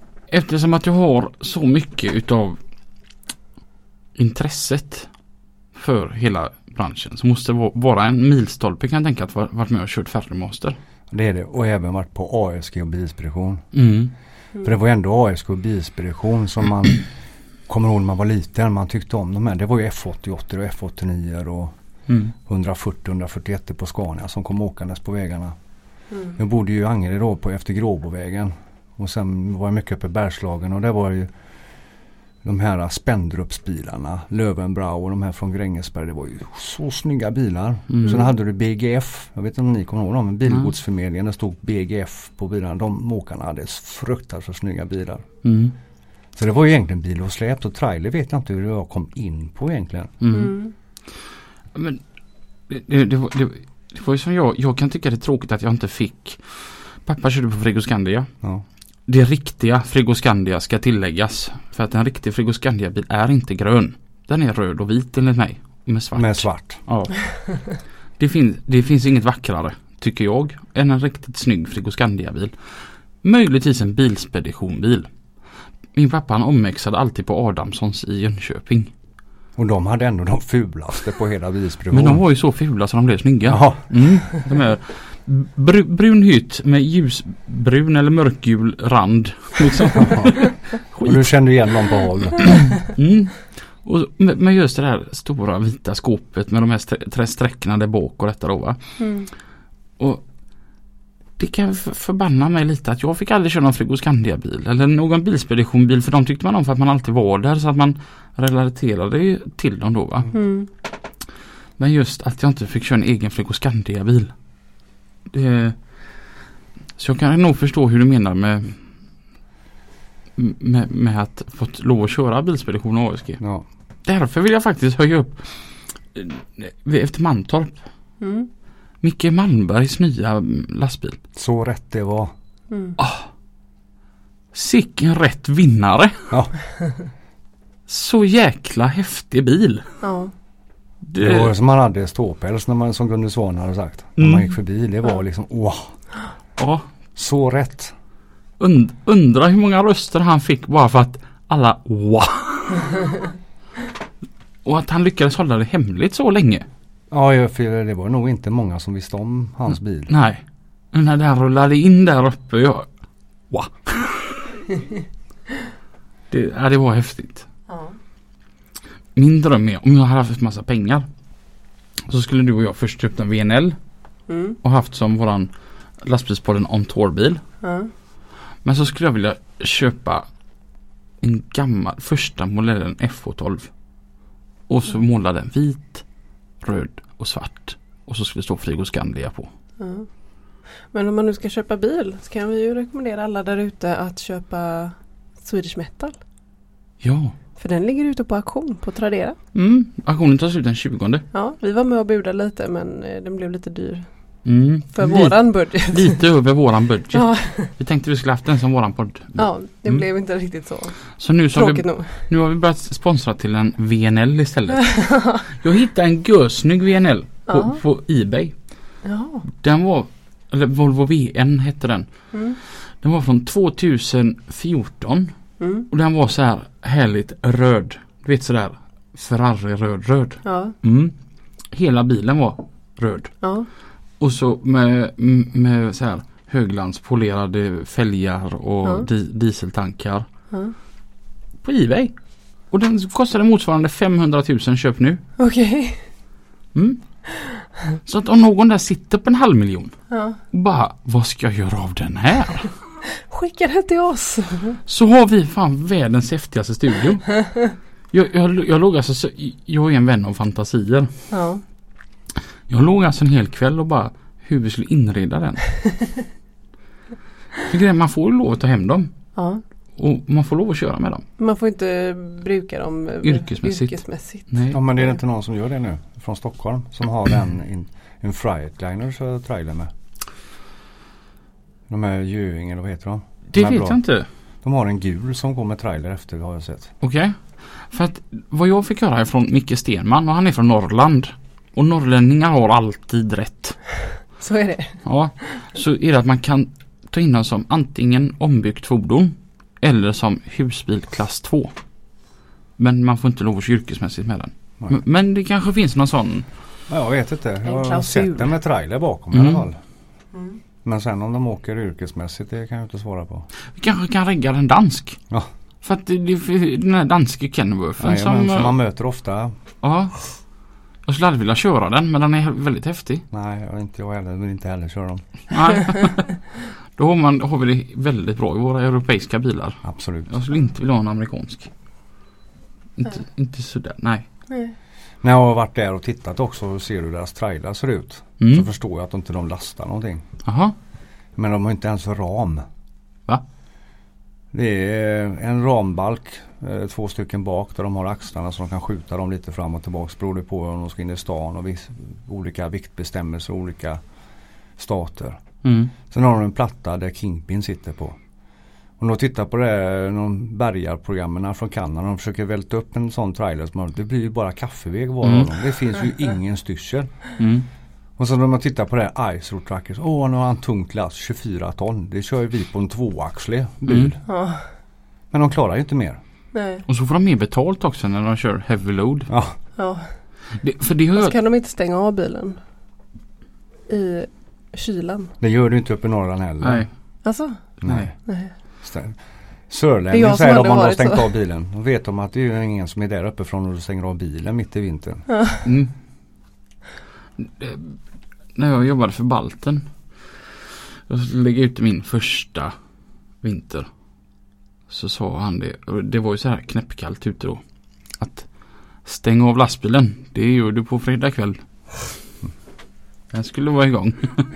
Speaker 2: eftersom att du har så mycket utav intresset för hela branschen så måste det vara en milstolpe kan jag tänka att varit med och kört Ferromaster.
Speaker 3: Det är det och även varit på A S G och Bilspedition.
Speaker 2: Mm.
Speaker 3: För det var ändå A S G och Bilspedition som man kommer ihåg när man var liten. Man tyckte om de här. Det var ju F åttioåtta och F åttionio och mm. hundrafyrtio hundrafyrtioett på Scania som kom åkandes på vägarna. Mm. Jag bodde ju i Angered då på efter Gråbovägen. Och sen var jag mycket uppe i Bergslagen och det var ju de här Spendrupsbilarna, Löwenbrau och de här från Grängesberg, det var ju så snygga bilar. Mm. Sen hade du B G F, jag vet inte om ni kommer ihåg dem, men bilgodsförmedlingen, det stod B G F på bilarna. De åkarna hade fruktansvärt snygga bilar. Mm. Så det var ju egentligen bil och släp och trailer vet jag inte hur jag kom in på egentligen.
Speaker 2: Mm. Mm. Men det, det, det, var, det, det var ju som jag, jag kan tycka det är tråkigt att jag inte fick, pappa körde på Frigoscandia. Ja. Det riktiga Frigoscandia ska tilläggas. För att en riktig Frigoscandia-bil är inte grön. Den är röd och vit enligt mig. Med svart.
Speaker 3: Med svart.
Speaker 2: Ja. Det, fin- det finns inget vackrare, tycker jag, än en riktigt snygg Frigoscandia-bil. Möjligtvis en bilspeditionbil. Min pappa han omväxlade alltid på Adamssons i Jönköping.
Speaker 3: Och de hade ändå de fulaste på hela bilspedition.
Speaker 2: Men de var ju så fula så de blev snygga. Ja. Mm, de är Br- brun hytt med ljusbrun eller mörkgul rand. Liksom.
Speaker 3: Och du kände igen dem på håll.
Speaker 2: Mm. Och med, med just det där stora vita skåpet med de här st- tre sträckorna där bak och detta då va. Mm. Och det kan f- förbanna mig lite att jag fick aldrig köra någon Frigoscandia-bil eller någon bilspeditionbil för de tyckte man om för att man alltid var där så att man relaterade ju till dem då va. Mm. Men just att jag inte fick köra en egen Frigoscandia-bil. Det, så jag kan nog förstå hur du menar med med, med att få lov att köra bilspedition och A S G. Ja. Därför vill jag faktiskt höja upp efter Mantorp. Mm. Micke Malmbergs nya lastbil.
Speaker 3: Så rätt det var.
Speaker 2: Mm. Oh, sicken rätt vinnare. Ja. Så jäkla häftig bil. Ja.
Speaker 3: Det, det var som man hade ståpäls när man som Gunde Svan hade sagt. När mm. man gick förbi. Det var liksom åh. Ja. Så rätt.
Speaker 2: Und, undra hur många röster han fick bara för att alla wow. Och att han lyckades hålla det hemligt så länge.
Speaker 3: Ja, för det var nog inte många som visste om hans bil.
Speaker 2: Nej. När den rullade in där uppe. Jag, wow. det, ja, det var häftigt. Ja. Min dröm är om jag hade haft massa pengar så skulle du och jag först köpt en V N L mm. och haft som våran lastbilspodden On Tour-bil. Mm. Men så skulle jag vilja köpa en gammal första modellen F H tolv och så måla den vit, röd och svart och så skulle det stå Frigoscandia på. Mm.
Speaker 1: Men om man nu ska köpa bil så kan vi ju rekommendera alla där ute att köpa Swedish Metal.
Speaker 2: Ja.
Speaker 1: För den ligger ute på auktion på Tradera.
Speaker 2: Mm, auktionen tar slut den tjugonde.
Speaker 1: Ja, vi var med och budade lite men den blev lite dyr. Mm. För Lite, våran budget.
Speaker 2: Lite över våran budget. Ja. Vi tänkte vi skulle haft den som våran podd.
Speaker 1: Ja, det mm. blev inte riktigt så.
Speaker 2: Så nu, så har vi, nu har vi börjat sponsra till en V N L istället. Jag hittade en görsnygg V N L på, ja. på eBay. Ja. Den var, eller Volvo V N hette den. Mm. Den var från tjugohundrafjorton. Mm. Och den var så här härligt röd. Du vet sådär Ferrari röd röd. Ja. Mm. Hela bilen var röd. Ja. Och så med, med så här höglandspolerade fälgar och ja. di- dieseltankar. Ja. På eBay. Och den kostade motsvarande femhundratusen köp nu.
Speaker 1: Okej. Okay.
Speaker 2: Mm. Så att om någon där sitter på en halv miljon. Ja. Bara, vad ska jag göra av den här?
Speaker 1: Skicka den till oss.
Speaker 2: Så har vi fan världens häftigaste studio. Jag, jag, jag låg alltså, jag är en vän av fantasier. Ja. Jag låg alltså en hel kväll och bara hur vi skulle inreda den. För man får lov att ta hem dem. Ja. Och man får lov att köra med dem.
Speaker 1: Man får inte bruka dem
Speaker 2: yrkesmässigt.
Speaker 1: yrkesmässigt.
Speaker 3: Nej. Ja, men det är inte någon som gör det nu från Stockholm som har den in, en Freightliner så trailer med. De här Göing eller vad heter de?
Speaker 2: Det
Speaker 3: de
Speaker 2: vet bra. Jag inte.
Speaker 3: De har en gul som går med trailer efter har jag sett.
Speaker 2: Okej. Okay. För att vad jag fick höra är från Micke Stenman och han är från Norrland. Och norrlänningar har alltid rätt.
Speaker 1: Så är det.
Speaker 2: Ja, så är det att man kan ta in den som antingen ombyggt fordon eller som husbil klass två. Men man får inte lov att yrkesmässigt med den. M- men det kanske finns någon sån...
Speaker 3: Ja, jag vet inte. Jag har
Speaker 1: klausul.
Speaker 3: sett den med trailer bakom
Speaker 2: Mm.
Speaker 3: i alla fall.
Speaker 1: Mm.
Speaker 3: Men sen om de åker yrkesmässigt, det kan jag inte svara på.
Speaker 2: Vi kanske kan regga en dansk.
Speaker 3: Ja.
Speaker 2: För att det, det, den här danske Kenworthen
Speaker 3: Nej, men
Speaker 2: som...
Speaker 3: som man möter ofta.
Speaker 2: Ja. Jag skulle aldrig vilja köra den, men den är väldigt häftig.
Speaker 3: Nej, jag inte jag heller, vill inte heller köra dem.
Speaker 2: Nej. Då har, man, har vi det väldigt bra i våra europeiska bilar.
Speaker 3: Absolut.
Speaker 2: Jag skulle inte vilja ha en amerikansk. Inte, inte sådär, nej.
Speaker 1: Nej.
Speaker 3: När jag har varit där och tittat också och ser hur deras trailer ser ut.
Speaker 2: Mm.
Speaker 3: Så förstår jag att inte de lastar någonting.
Speaker 2: Aha.
Speaker 3: Men de har inte ens ram.
Speaker 2: Va?
Speaker 3: Det är en rambalk, eh, två stycken bak där de har axlarna så de kan skjuta dem lite fram och tillbaka. Beror det på om de ska in i stan och vis, olika viktbestämmelser och olika stater.
Speaker 2: Mm.
Speaker 3: Sen har de en platta där Kingpin sitter på. Om de tittar på det, någon bärgarprogrammen från Kanada, de försöker välta upp en sån trailer som det blir ju bara kaffeväg var
Speaker 2: Mm.
Speaker 3: av dem. Det finns ju ingen styrsel.
Speaker 2: Mm.
Speaker 3: Och så när man tittar på det här Ice Road Truckers, åh nu har han tungt last tjugofyra ton. Det kör vi på en tvåaxlig bil.
Speaker 2: Mm.
Speaker 1: Ja.
Speaker 3: Men de klarar ju inte mer.
Speaker 1: Nej.
Speaker 2: Och så får de mer betalt också när de kör heavy load.
Speaker 3: Ja,
Speaker 1: Ja.
Speaker 2: Det, för det hör...
Speaker 1: Så kan de inte stänga av bilen i kylan.
Speaker 3: det gör du inte uppe i Norrland heller.
Speaker 2: Nej.
Speaker 1: Alltså?
Speaker 3: Nej.
Speaker 1: Nej.
Speaker 3: Stäm.
Speaker 1: Det är
Speaker 3: Sörlänning
Speaker 1: jag som
Speaker 3: säger de
Speaker 1: aldrig
Speaker 3: om de har
Speaker 1: varit
Speaker 3: stängt
Speaker 1: så.
Speaker 3: av bilen. Då vet de att det är ingen som är där uppe från och stänger av bilen mitt i vintern.
Speaker 2: Mm. Det, när jag jobbade för Balten. Jag lägga ut min första vinter. Så sa han det. Och det var ju så här knäppkallt ute då. Att stänga av lastbilen. Det gör du på fredag kväll. Den skulle vara igång.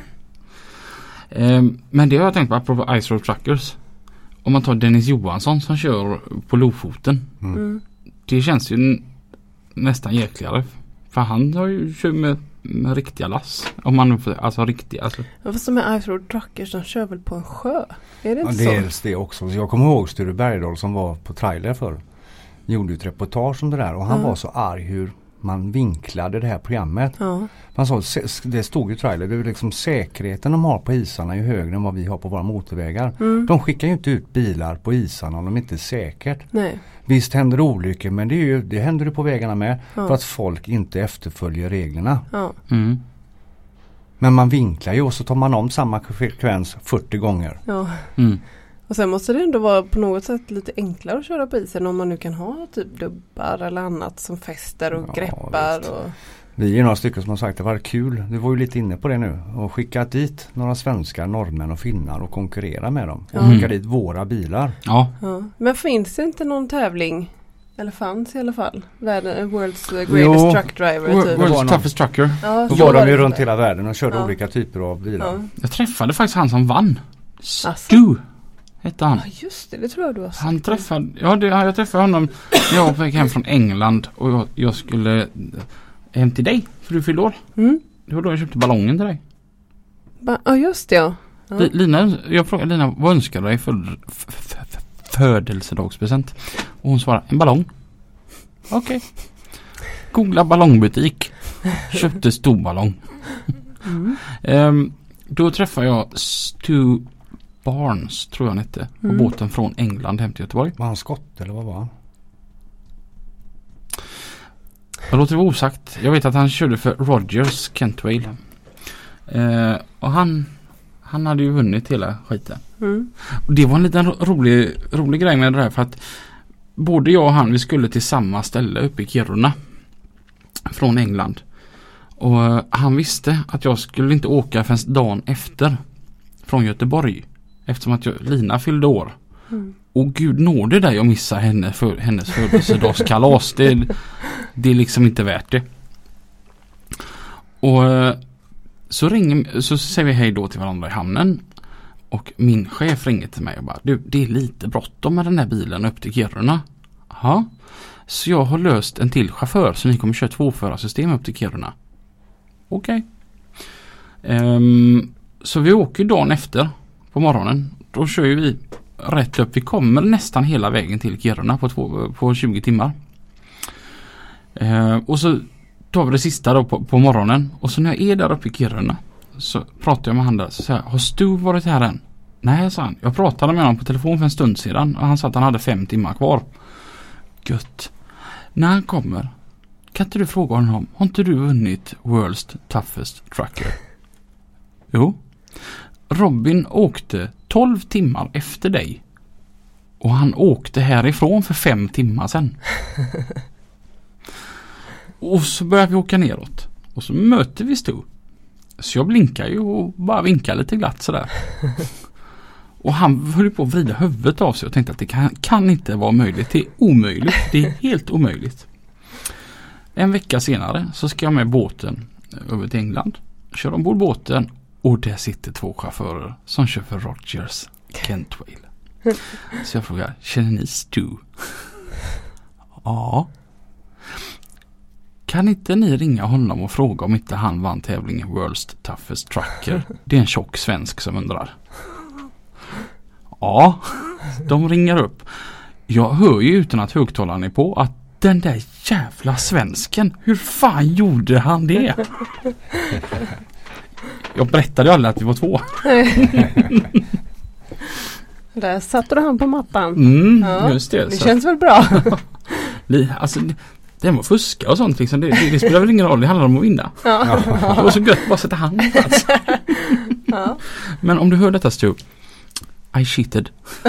Speaker 2: ehm, men det har jag tänkt på apropå Ice Road Truckers. Om man tar Dennis Johansson som kör på Lofoten.
Speaker 3: Mm.
Speaker 1: Mm.
Speaker 2: Det känns ju n- nästan jäkligare. För han har ju kört med, med riktiga lass. Om man nu får, alltså riktiga. Alltså.
Speaker 1: Ja, fast de här Ice Road Truckers, de kör väl på en sjö? Är det
Speaker 3: Ja,
Speaker 1: inte
Speaker 3: dels
Speaker 1: så?
Speaker 3: det också. Så jag kommer ihåg Sture Bergdahl som var på trailer förr. Gjorde ett reportage om det där och han
Speaker 1: Ja.
Speaker 3: var så arg hur man vinklade det här programmet.
Speaker 1: Ja.
Speaker 3: Man sa, se- det stod i trailer, det är liksom säkerheten de har på isarna är ju högre än vad vi har på våra motorvägar.
Speaker 1: Mm.
Speaker 3: De skickar ju inte ut bilar på isarna om de inte är säkert.
Speaker 1: Nej.
Speaker 3: Visst händer det olyckor men det, är ju, det händer ju på vägarna med
Speaker 1: Ja.
Speaker 3: för att folk inte efterföljer reglerna.
Speaker 1: Ja.
Speaker 2: Mm.
Speaker 3: Men man vinklar ju och så tar man om samma frekvens fyrtio gånger.
Speaker 1: Ja.
Speaker 2: Mm.
Speaker 1: Och sen måste det ändå vara på något sätt lite enklare att köra på isen om man nu kan ha typ dubbar eller annat som fäster och
Speaker 3: Ja,
Speaker 1: greppar.
Speaker 3: visst.
Speaker 1: Och...
Speaker 3: Vi är några stycken som har sagt att det var kul, du var ju lite inne på det nu, och skicka dit några svenskar, norrmän och finnar och konkurrera med dem. Och
Speaker 1: Ja.
Speaker 3: skicka dit våra bilar.
Speaker 2: Ja.
Speaker 1: Ja. Men finns det inte någon tävling? Eller fanns i alla fall? Världen, World's Greatest
Speaker 3: Jo.
Speaker 1: Truck Driver
Speaker 2: Wor-
Speaker 1: typ.
Speaker 3: var
Speaker 2: World's
Speaker 3: någon.
Speaker 2: toughest trucker.
Speaker 1: Ja,
Speaker 3: Då
Speaker 1: så
Speaker 3: var de
Speaker 1: det
Speaker 3: ju
Speaker 1: inte.
Speaker 3: runt hela världen och körde
Speaker 1: Ja.
Speaker 3: olika typer av bilar.
Speaker 1: Ja.
Speaker 2: Jag träffade faktiskt han som vann.
Speaker 1: Asså?
Speaker 2: Stu hette han.
Speaker 1: Ja just det, det tror jag du har sagt.
Speaker 2: Han träffade, ja det, jag träffade honom när jag var på väg hem från England och jag, jag skulle hem till dig för du fyllde år.
Speaker 1: Mm.
Speaker 2: Det var då jag köpte ballongen till dig.
Speaker 1: Ba- Ja just det ja. Ja.
Speaker 2: Li- Lina, jag frågade Lina, vad önskar du dig för f- f- f- födelsedagspresent? Och hon svarade, en ballong. Okej. Googla ballongbutik. Köpte stor ballong.
Speaker 1: Mm.
Speaker 2: Ehm, då träffade jag Stu Barnes, tror jag han hette, på
Speaker 1: Mm.
Speaker 2: båten från England hem till Göteborg.
Speaker 3: Var han skott eller vad var han?
Speaker 2: Jag låter det vara osagt. Jag vet att han körde för Rogers Kentwale. Ehm, och han, han hade ju vunnit hela skiten.
Speaker 1: Mm.
Speaker 2: Och det var en liten ro- rolig, rolig grej med det här för att både jag och han, vi skulle till samma ställe uppe i Kiruna från England. Och eh, han visste att jag skulle inte åka förrän dagen efter från Göteborg. Eftersom att jag, Lina fyllde år.
Speaker 1: Mm.
Speaker 2: Och gud nåde dig att missa henne för, hennes födelsedagskalas. Det, det är liksom inte värt det. Och eh, så ringer, så säger vi hej då till varandra i hamnen. Och min chef ringer till mig och bara, du det är lite bråttom med den här bilen upp till Kiruna. Jaha. Så jag har löst en till chaufför så ni kommer köra tvåförarsystem upp till Kiruna. Okej. Okay. Um, så vi åker dagen efter på morgonen. Då kör ju vi rätt upp. Vi kommer nästan hela vägen till Kiruna på, två, på tjugo timmar. Uh, och så tar vi det sista då på, på morgonen. Och så när jag är där uppe i Kiruna så pratar jag med han där. Så säger jag, har Stu varit här än? Nej, sa han. Jag pratade med honom på telefon för en stund sedan. Och han sa att han hade fem timmar kvar. Gött. När han kommer kan inte du fråga honom, har inte du vunnit World's Toughest Trucker? Jo. Robin åkte tolv timmar efter dig. Och han åkte härifrån för fem timmar sedan. Och så börjar vi åka neråt. Och så möter vi Stu. Så jag blinkar ju och bara vinkar lite glatt sådär. Och han höll på att vrida huvudet av sig och tänkte att det kan, kan inte vara möjligt. Det är omöjligt. Det är helt omöjligt. En vecka senare så ska jag med båten över till England. Kör ombord båten och där sitter två chaufförer som kör för Rogers Kentwale. Så jag frågar, känner ni Stu? Ja. Kan inte ni ringa honom och fråga om inte han vann tävlingen World's Toughest Trucker? Det är en tjock svensk som undrar. Ja, de ringer upp. Jag hör ju utan att högtalaren är på att den där jävla svensken, hur fan gjorde han det? Jag berättade ju aldrig att vi var två.
Speaker 1: Där satte du han på mattan.
Speaker 2: Mm, ja, just det.
Speaker 1: Det
Speaker 2: så.
Speaker 1: känns väl bra.
Speaker 2: Alltså, det, det var fuska och sånt liksom. Det, det, det spelar väl ingen roll, det handlar om att vinna.
Speaker 1: Ja.
Speaker 2: Det var så gött bara sätta hand på plats.
Speaker 1: Ja.
Speaker 2: Men om du hör detta, Stu, I cheated.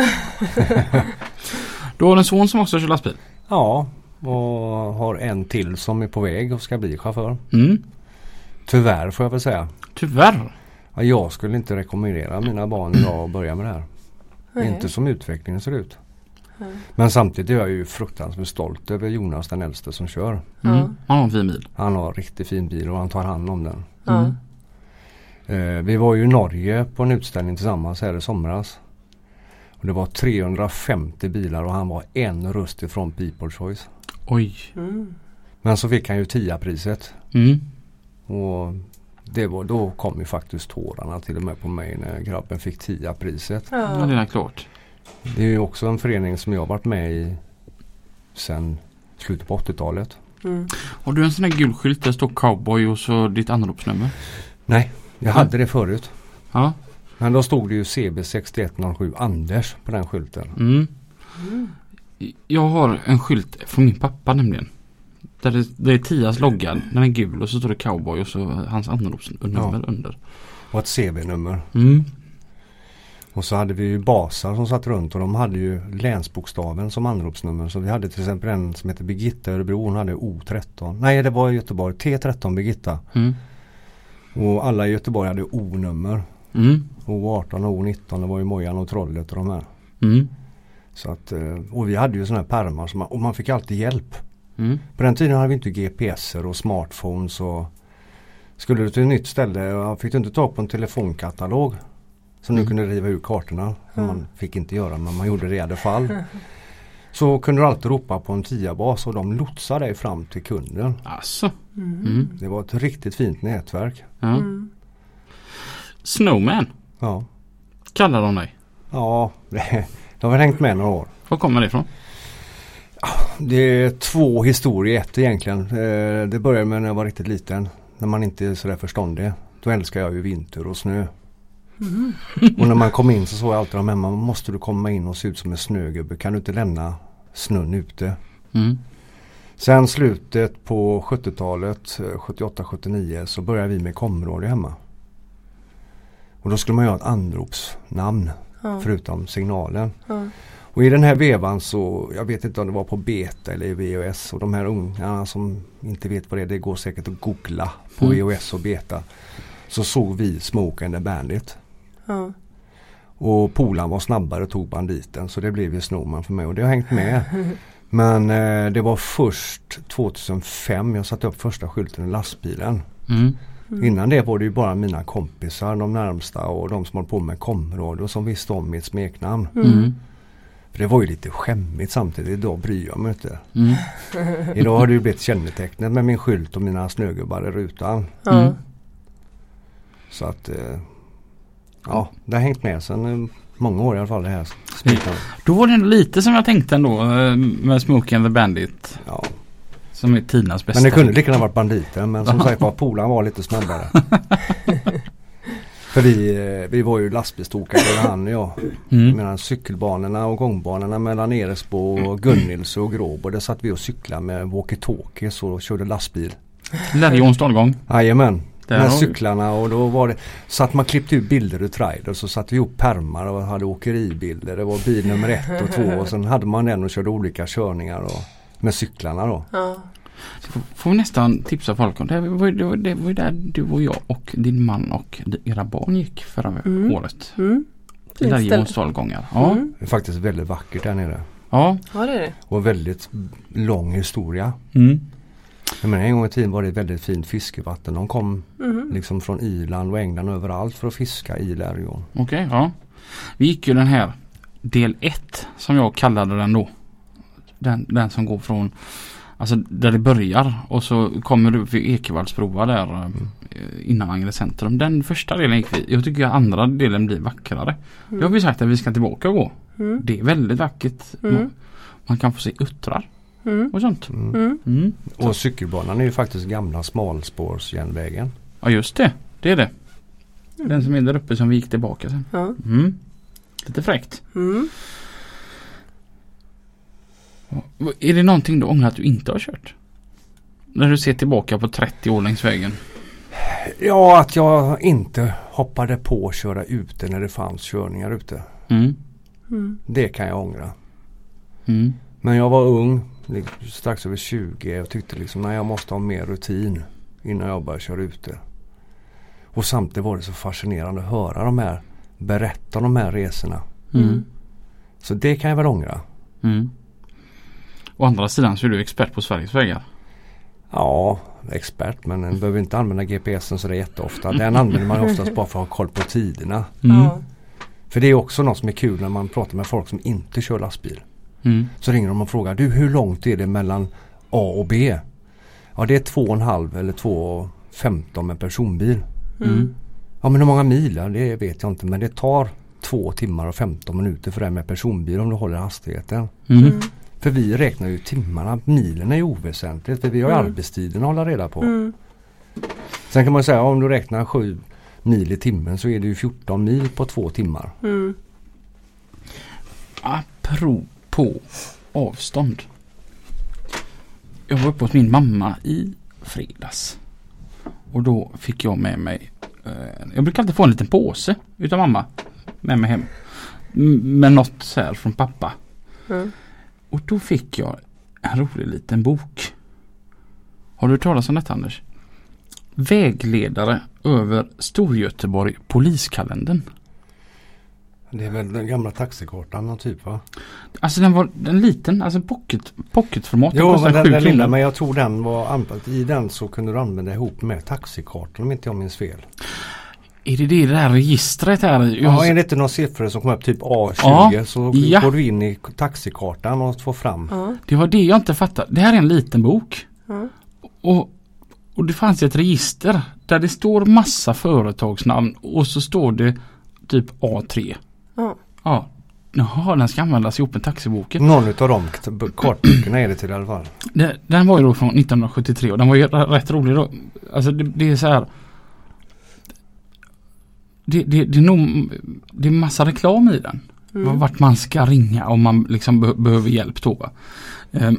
Speaker 2: Du har en son som också kör lastbil.
Speaker 3: Ja, och har en till som är på väg och ska bli chaufför.
Speaker 2: Mm.
Speaker 3: Tyvärr får jag väl säga.
Speaker 2: Tyvärr?
Speaker 3: Ja, jag skulle inte rekommendera mina barn idag att börja med det här.
Speaker 1: Nej.
Speaker 3: Inte som utvecklingen ser ut.
Speaker 1: Nej.
Speaker 3: Men samtidigt är jag ju fruktansvärt stolt över Jonas, den äldste som kör.
Speaker 2: Mm.
Speaker 1: Ja.
Speaker 2: Han har en fin bil.
Speaker 3: Han har en riktigt fin bil och han tar hand om den.
Speaker 1: Ja.
Speaker 3: Eh, vi var ju i Norge på en utställning tillsammans här i somras. Och det var trehundrafemtio bilar och han var en röst ifrån People Choice.
Speaker 2: Oj.
Speaker 1: Mm.
Speaker 3: Men så fick han ju tio-priset.
Speaker 2: Mm.
Speaker 3: Och det var, då kom ju faktiskt tårarna till och med på mig när grabben fick tio-priset.
Speaker 2: Ja,
Speaker 1: Ja.
Speaker 2: det är klart.
Speaker 3: Det är ju också en förening som jag har varit med i sedan slutet på åttiotalet.
Speaker 1: Mm.
Speaker 2: Har du en sån här gul skylt där står cowboy och så ditt anropsnummer?
Speaker 3: Nej, jag
Speaker 2: Mm.
Speaker 3: hade det förut.
Speaker 2: Ja.
Speaker 3: Men då stod det ju C B sex ett noll sju Anders på den skylten.
Speaker 2: Mm.
Speaker 1: Mm.
Speaker 2: Jag har en skylt från min pappa nämligen. Där det, det är Tias logga, den är gul och så står det cowboy och så hans anropsnummer
Speaker 3: Ja.
Speaker 2: under.
Speaker 3: Och ett C V-nummer.
Speaker 2: Mm.
Speaker 3: Och så hade vi ju basar som satt runt och de hade ju länsbokstaven som anropsnummer. Så vi hade till exempel en som heter Birgitta Örebro, hon hade O tretton. Nej, det var i Göteborg, T tretton Birgitta.
Speaker 2: Mm.
Speaker 3: Och alla i Göteborg hade O-nummer.
Speaker 2: Mm.
Speaker 3: O arton och O nitton, det var ju Mojan och Trollet och de här.
Speaker 2: Mm.
Speaker 3: Så att, och vi hade ju sådana här pärmar som man, och man fick alltid hjälp.
Speaker 2: Mm.
Speaker 3: På den tiden hade vi inte G P S-er och smartphones och skulle du till ett nytt ställe fick du inte ta på en telefonkatalog som
Speaker 2: Mm.
Speaker 3: du kunde riva ur kartorna.
Speaker 1: Mm.
Speaker 3: Man fick inte göra, men man gjorde det i alla fall. Så kunde du alltid ropa på en tia-bas och de lotsade dig fram till kunden.
Speaker 2: Alltså.
Speaker 1: Mm.
Speaker 2: Mm.
Speaker 3: Det var ett riktigt fint nätverk.
Speaker 2: Ja.
Speaker 1: Mm.
Speaker 2: Snowman
Speaker 3: Ja,
Speaker 2: kallar de dig.
Speaker 3: ja det, det har väl hängt med några år.
Speaker 2: Var kommer det ifrån?
Speaker 3: Det är två historier i ett egentligen. Eh, Det började med när jag var riktigt liten. När man inte är sådär förståndig. Då älskar jag ju vinter och snö.
Speaker 1: Mm.
Speaker 3: Och när man kom in så såg jag alltid de hemma. Måste du komma in och se ut som en snögubbe? Kan du inte lämna snön ute?
Speaker 2: Mm.
Speaker 3: Sen slutet på sjuttiotalet, sjuttioåtta sjuttionio, så började vi med komradio hemma. Och då skulle man göra ett anropsnamn
Speaker 1: Ja.
Speaker 3: förutom signalen.
Speaker 1: Ja.
Speaker 3: Och i den här vevan så, jag vet inte om det var på beta eller i V H S. Och de här ungarna som inte vet vad det är, det går säkert att googla på
Speaker 2: Mm.
Speaker 3: V H S och beta. Så såg vi Smoke and the Bandit.
Speaker 1: Ja.
Speaker 3: Och Polan var snabbare och tog banditen. Så det blev ju Snowman för mig och det har hängt med. Men eh, det var först tjugohundrafem jag satte upp första skylten i lastbilen.
Speaker 2: Mm.
Speaker 1: Mm.
Speaker 3: Innan det var det ju bara mina kompisar, de närmsta och de som håller på med komradio som visste om mitt smeknamn.
Speaker 2: Mm.
Speaker 3: För det var ju lite skämmigt samtidigt. Idag bryr jag mig inte.
Speaker 2: Mm.
Speaker 3: Idag har det ju blivit kännetecknet med min skylt och mina snögubbar i rutan.
Speaker 1: Ja.
Speaker 2: Mm.
Speaker 3: Så att eh, ja, det har hängt med sedan eh, många år i alla fall det här smeknamnet.
Speaker 2: Då var det ändå lite som jag tänkte ändå eh, med Smokey and the Bandit.
Speaker 3: Ja.
Speaker 2: Som är Tinas bästa.
Speaker 3: Men det kunde lika gärna varit banditer. Men som sagt var, Polan var lite snabbare. För vi, vi var ju lastbilstokare han och jag.
Speaker 2: Mm.
Speaker 3: Mellan cykelbanorna och gångbanorna mellan Eresbo och Gunnils och Gråbo. Där satt vi och cyklade med walkie-talkies och körde lastbil.
Speaker 2: Lärjons dalgång.
Speaker 3: Jajamän.
Speaker 2: Där
Speaker 3: Med
Speaker 2: har-
Speaker 3: cyklarna och då var det så att man klippte ut bilder ur trailer och så satte vi ihop pärmar och hade åkeribilder. Det var bil nummer ett och två och sen hade man den och körde olika körningar och, med cyklarna då.
Speaker 1: Ja.
Speaker 2: Så får vi nästan tipsa folk om det. var, det, var, det var ju där du och jag och din man och era barn gick förra
Speaker 1: Mm.
Speaker 2: året.
Speaker 1: Mm.
Speaker 2: I Lärjons dalgångar. Ja.
Speaker 1: Mm.
Speaker 3: Det är faktiskt väldigt vackert där nere.
Speaker 2: Ja.
Speaker 1: Ja, det är det.
Speaker 3: Och en väldigt lång historia.
Speaker 2: Mm.
Speaker 3: Jag menar, en gång i tiden var det ett väldigt fint fiskevatten. De kom
Speaker 1: Mm.
Speaker 3: liksom från Irland och England överallt för att fiska i Lärjon.
Speaker 2: Okej, okay, ja. Vi gick ju den här del ett som jag kallade den då. Den, den som går från, alltså där det börjar och så kommer du vid Ekevallsbroa där mm. innan Angered centrum. Den första delen gick vi. Jag tycker att andra delen blir vackrare. Mm. Jag har vi sagt att vi ska tillbaka och gå. Mm. Det är väldigt vackert. Mm. Man kan få se uttrar. Mm. Och sånt.
Speaker 3: Mm.
Speaker 1: Mm.
Speaker 3: Mm. Och cykelbanan är ju faktiskt gamla smalspårsjärnvägen.
Speaker 2: Ja just det, det är det. Mm. Den som är där uppe som vi gick tillbaka sen.
Speaker 1: Ja.
Speaker 2: Mm. Lite fräckt.
Speaker 1: Mm.
Speaker 2: Är det någonting du ångrar att du inte har kört? När du ser tillbaka på trettio år längs vägen.
Speaker 3: Ja, att jag inte hoppade på att köra ute när det fanns körningar ute.
Speaker 2: Mm.
Speaker 1: Mm.
Speaker 3: Det kan jag ångra.
Speaker 2: Mm.
Speaker 3: Men jag var ung, strax över tjugo och tyckte liksom att jag måste ha mer rutin innan jag började köra ute. Och samtidigt var det så fascinerande att höra de här, berätta om de här resorna.
Speaker 2: Mm.
Speaker 3: Så det kan jag väl ångra.
Speaker 2: Mm. Å andra sidan så är du expert på Sveriges vägar.
Speaker 3: Ja, expert, men den behöver inte använda G P S'en så det är jätteofta. Den använder man oftast bara för att ha koll på tiderna.
Speaker 2: Mm.
Speaker 1: Ja.
Speaker 3: För det är också något som är kul när man pratar med folk som inte kör lastbil.
Speaker 2: Mm.
Speaker 3: Så ringer de och frågar, du hur långt är det mellan A och B? Ja, det är två och en halv eller två femton med personbil.
Speaker 2: Mm.
Speaker 3: Ja, men hur många mil? Ja, det vet jag inte, men det tar två timmar och femton minuter för det med personbil om du håller hastigheten.
Speaker 2: Mm.
Speaker 1: Mm.
Speaker 3: För vi räknar ju timmarna, milen är ju oväsentligt för vi har ju
Speaker 1: Mm.
Speaker 3: arbetstiden att hålla reda på.
Speaker 1: Mm.
Speaker 3: Sen kan man säga, om du räknar sju mil i timmen så är det ju fjorton mil på två timmar.
Speaker 1: Mm.
Speaker 2: Apropå avstånd. Jag var uppe hos min mamma i fredags. Och då fick jag med mig eh, jag brukar alltid få en liten påse utav mamma med mig hem. M- med något så här från pappa.
Speaker 1: Mm.
Speaker 2: Och då fick jag en rolig liten bok. Har du hört talas om detta, Anders? Vägledare över Storgöteborg poliskalendern.
Speaker 3: Det är väl den gamla taxikartan typ, va?
Speaker 2: Alltså den var en liten, alltså pocket, pocketformat.
Speaker 3: Jo, men den, den lilla, men jag tror den var använd, i den så kunde du använda ihop med taxikartan om inte jag minns fel.
Speaker 2: Är det det där registret här? Jag
Speaker 3: Ja,
Speaker 2: har-
Speaker 3: är det inte några siffror som kommer upp typ A tjugo
Speaker 2: Ja,
Speaker 3: så
Speaker 2: ja.
Speaker 3: går du in i taxikartan och får fram.
Speaker 1: Ja.
Speaker 2: Det var det jag inte fattade. Det här är en liten bok.
Speaker 1: Ja.
Speaker 2: Och, och det fanns ett register där det står massa företagsnamn och så står det typ A tre.
Speaker 1: Ja.
Speaker 2: Ja. Jaha, den ska användas ihop med taxiboken.
Speaker 3: Någon utav de t- kartböckerna är det till i alla fall.
Speaker 2: Det, den var ju då från nittonhundrasjuttiotre och den var ju r- rätt rolig då. Alltså det, det är så här. Det, det, det är nog det är massa reklam i den.
Speaker 1: Mm.
Speaker 2: Vart man ska ringa om man liksom be- behöver hjälp då, va? Ehm,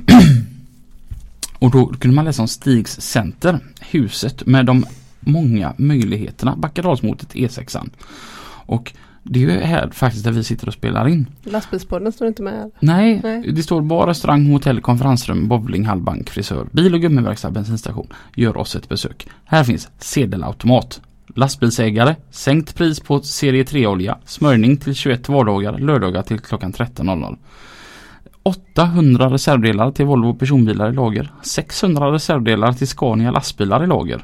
Speaker 2: och då kunde man läsa om Stigs Center, huset med de många möjligheterna, Backadalsmotet E sex. Och det är ju här faktiskt där vi sitter och spelar in.
Speaker 1: Lastbilspodden står inte med.
Speaker 2: Nej,
Speaker 1: Nej.
Speaker 2: det står bara restaurang, hotell, konferensrum, bowling, hallbank, frisör, bil- och gummiverkstad, bensinstation. Gör oss ett besök. Här finns sedelautomat. Lastbilsägare, sänkt pris på serie tre-olja, smörjning till tjugoett vardagar, lördagar till klockan tretton. åttahundra reservdelar till Volvo personbilar i lager, sexhundra reservdelar till Scania lastbilar i lager.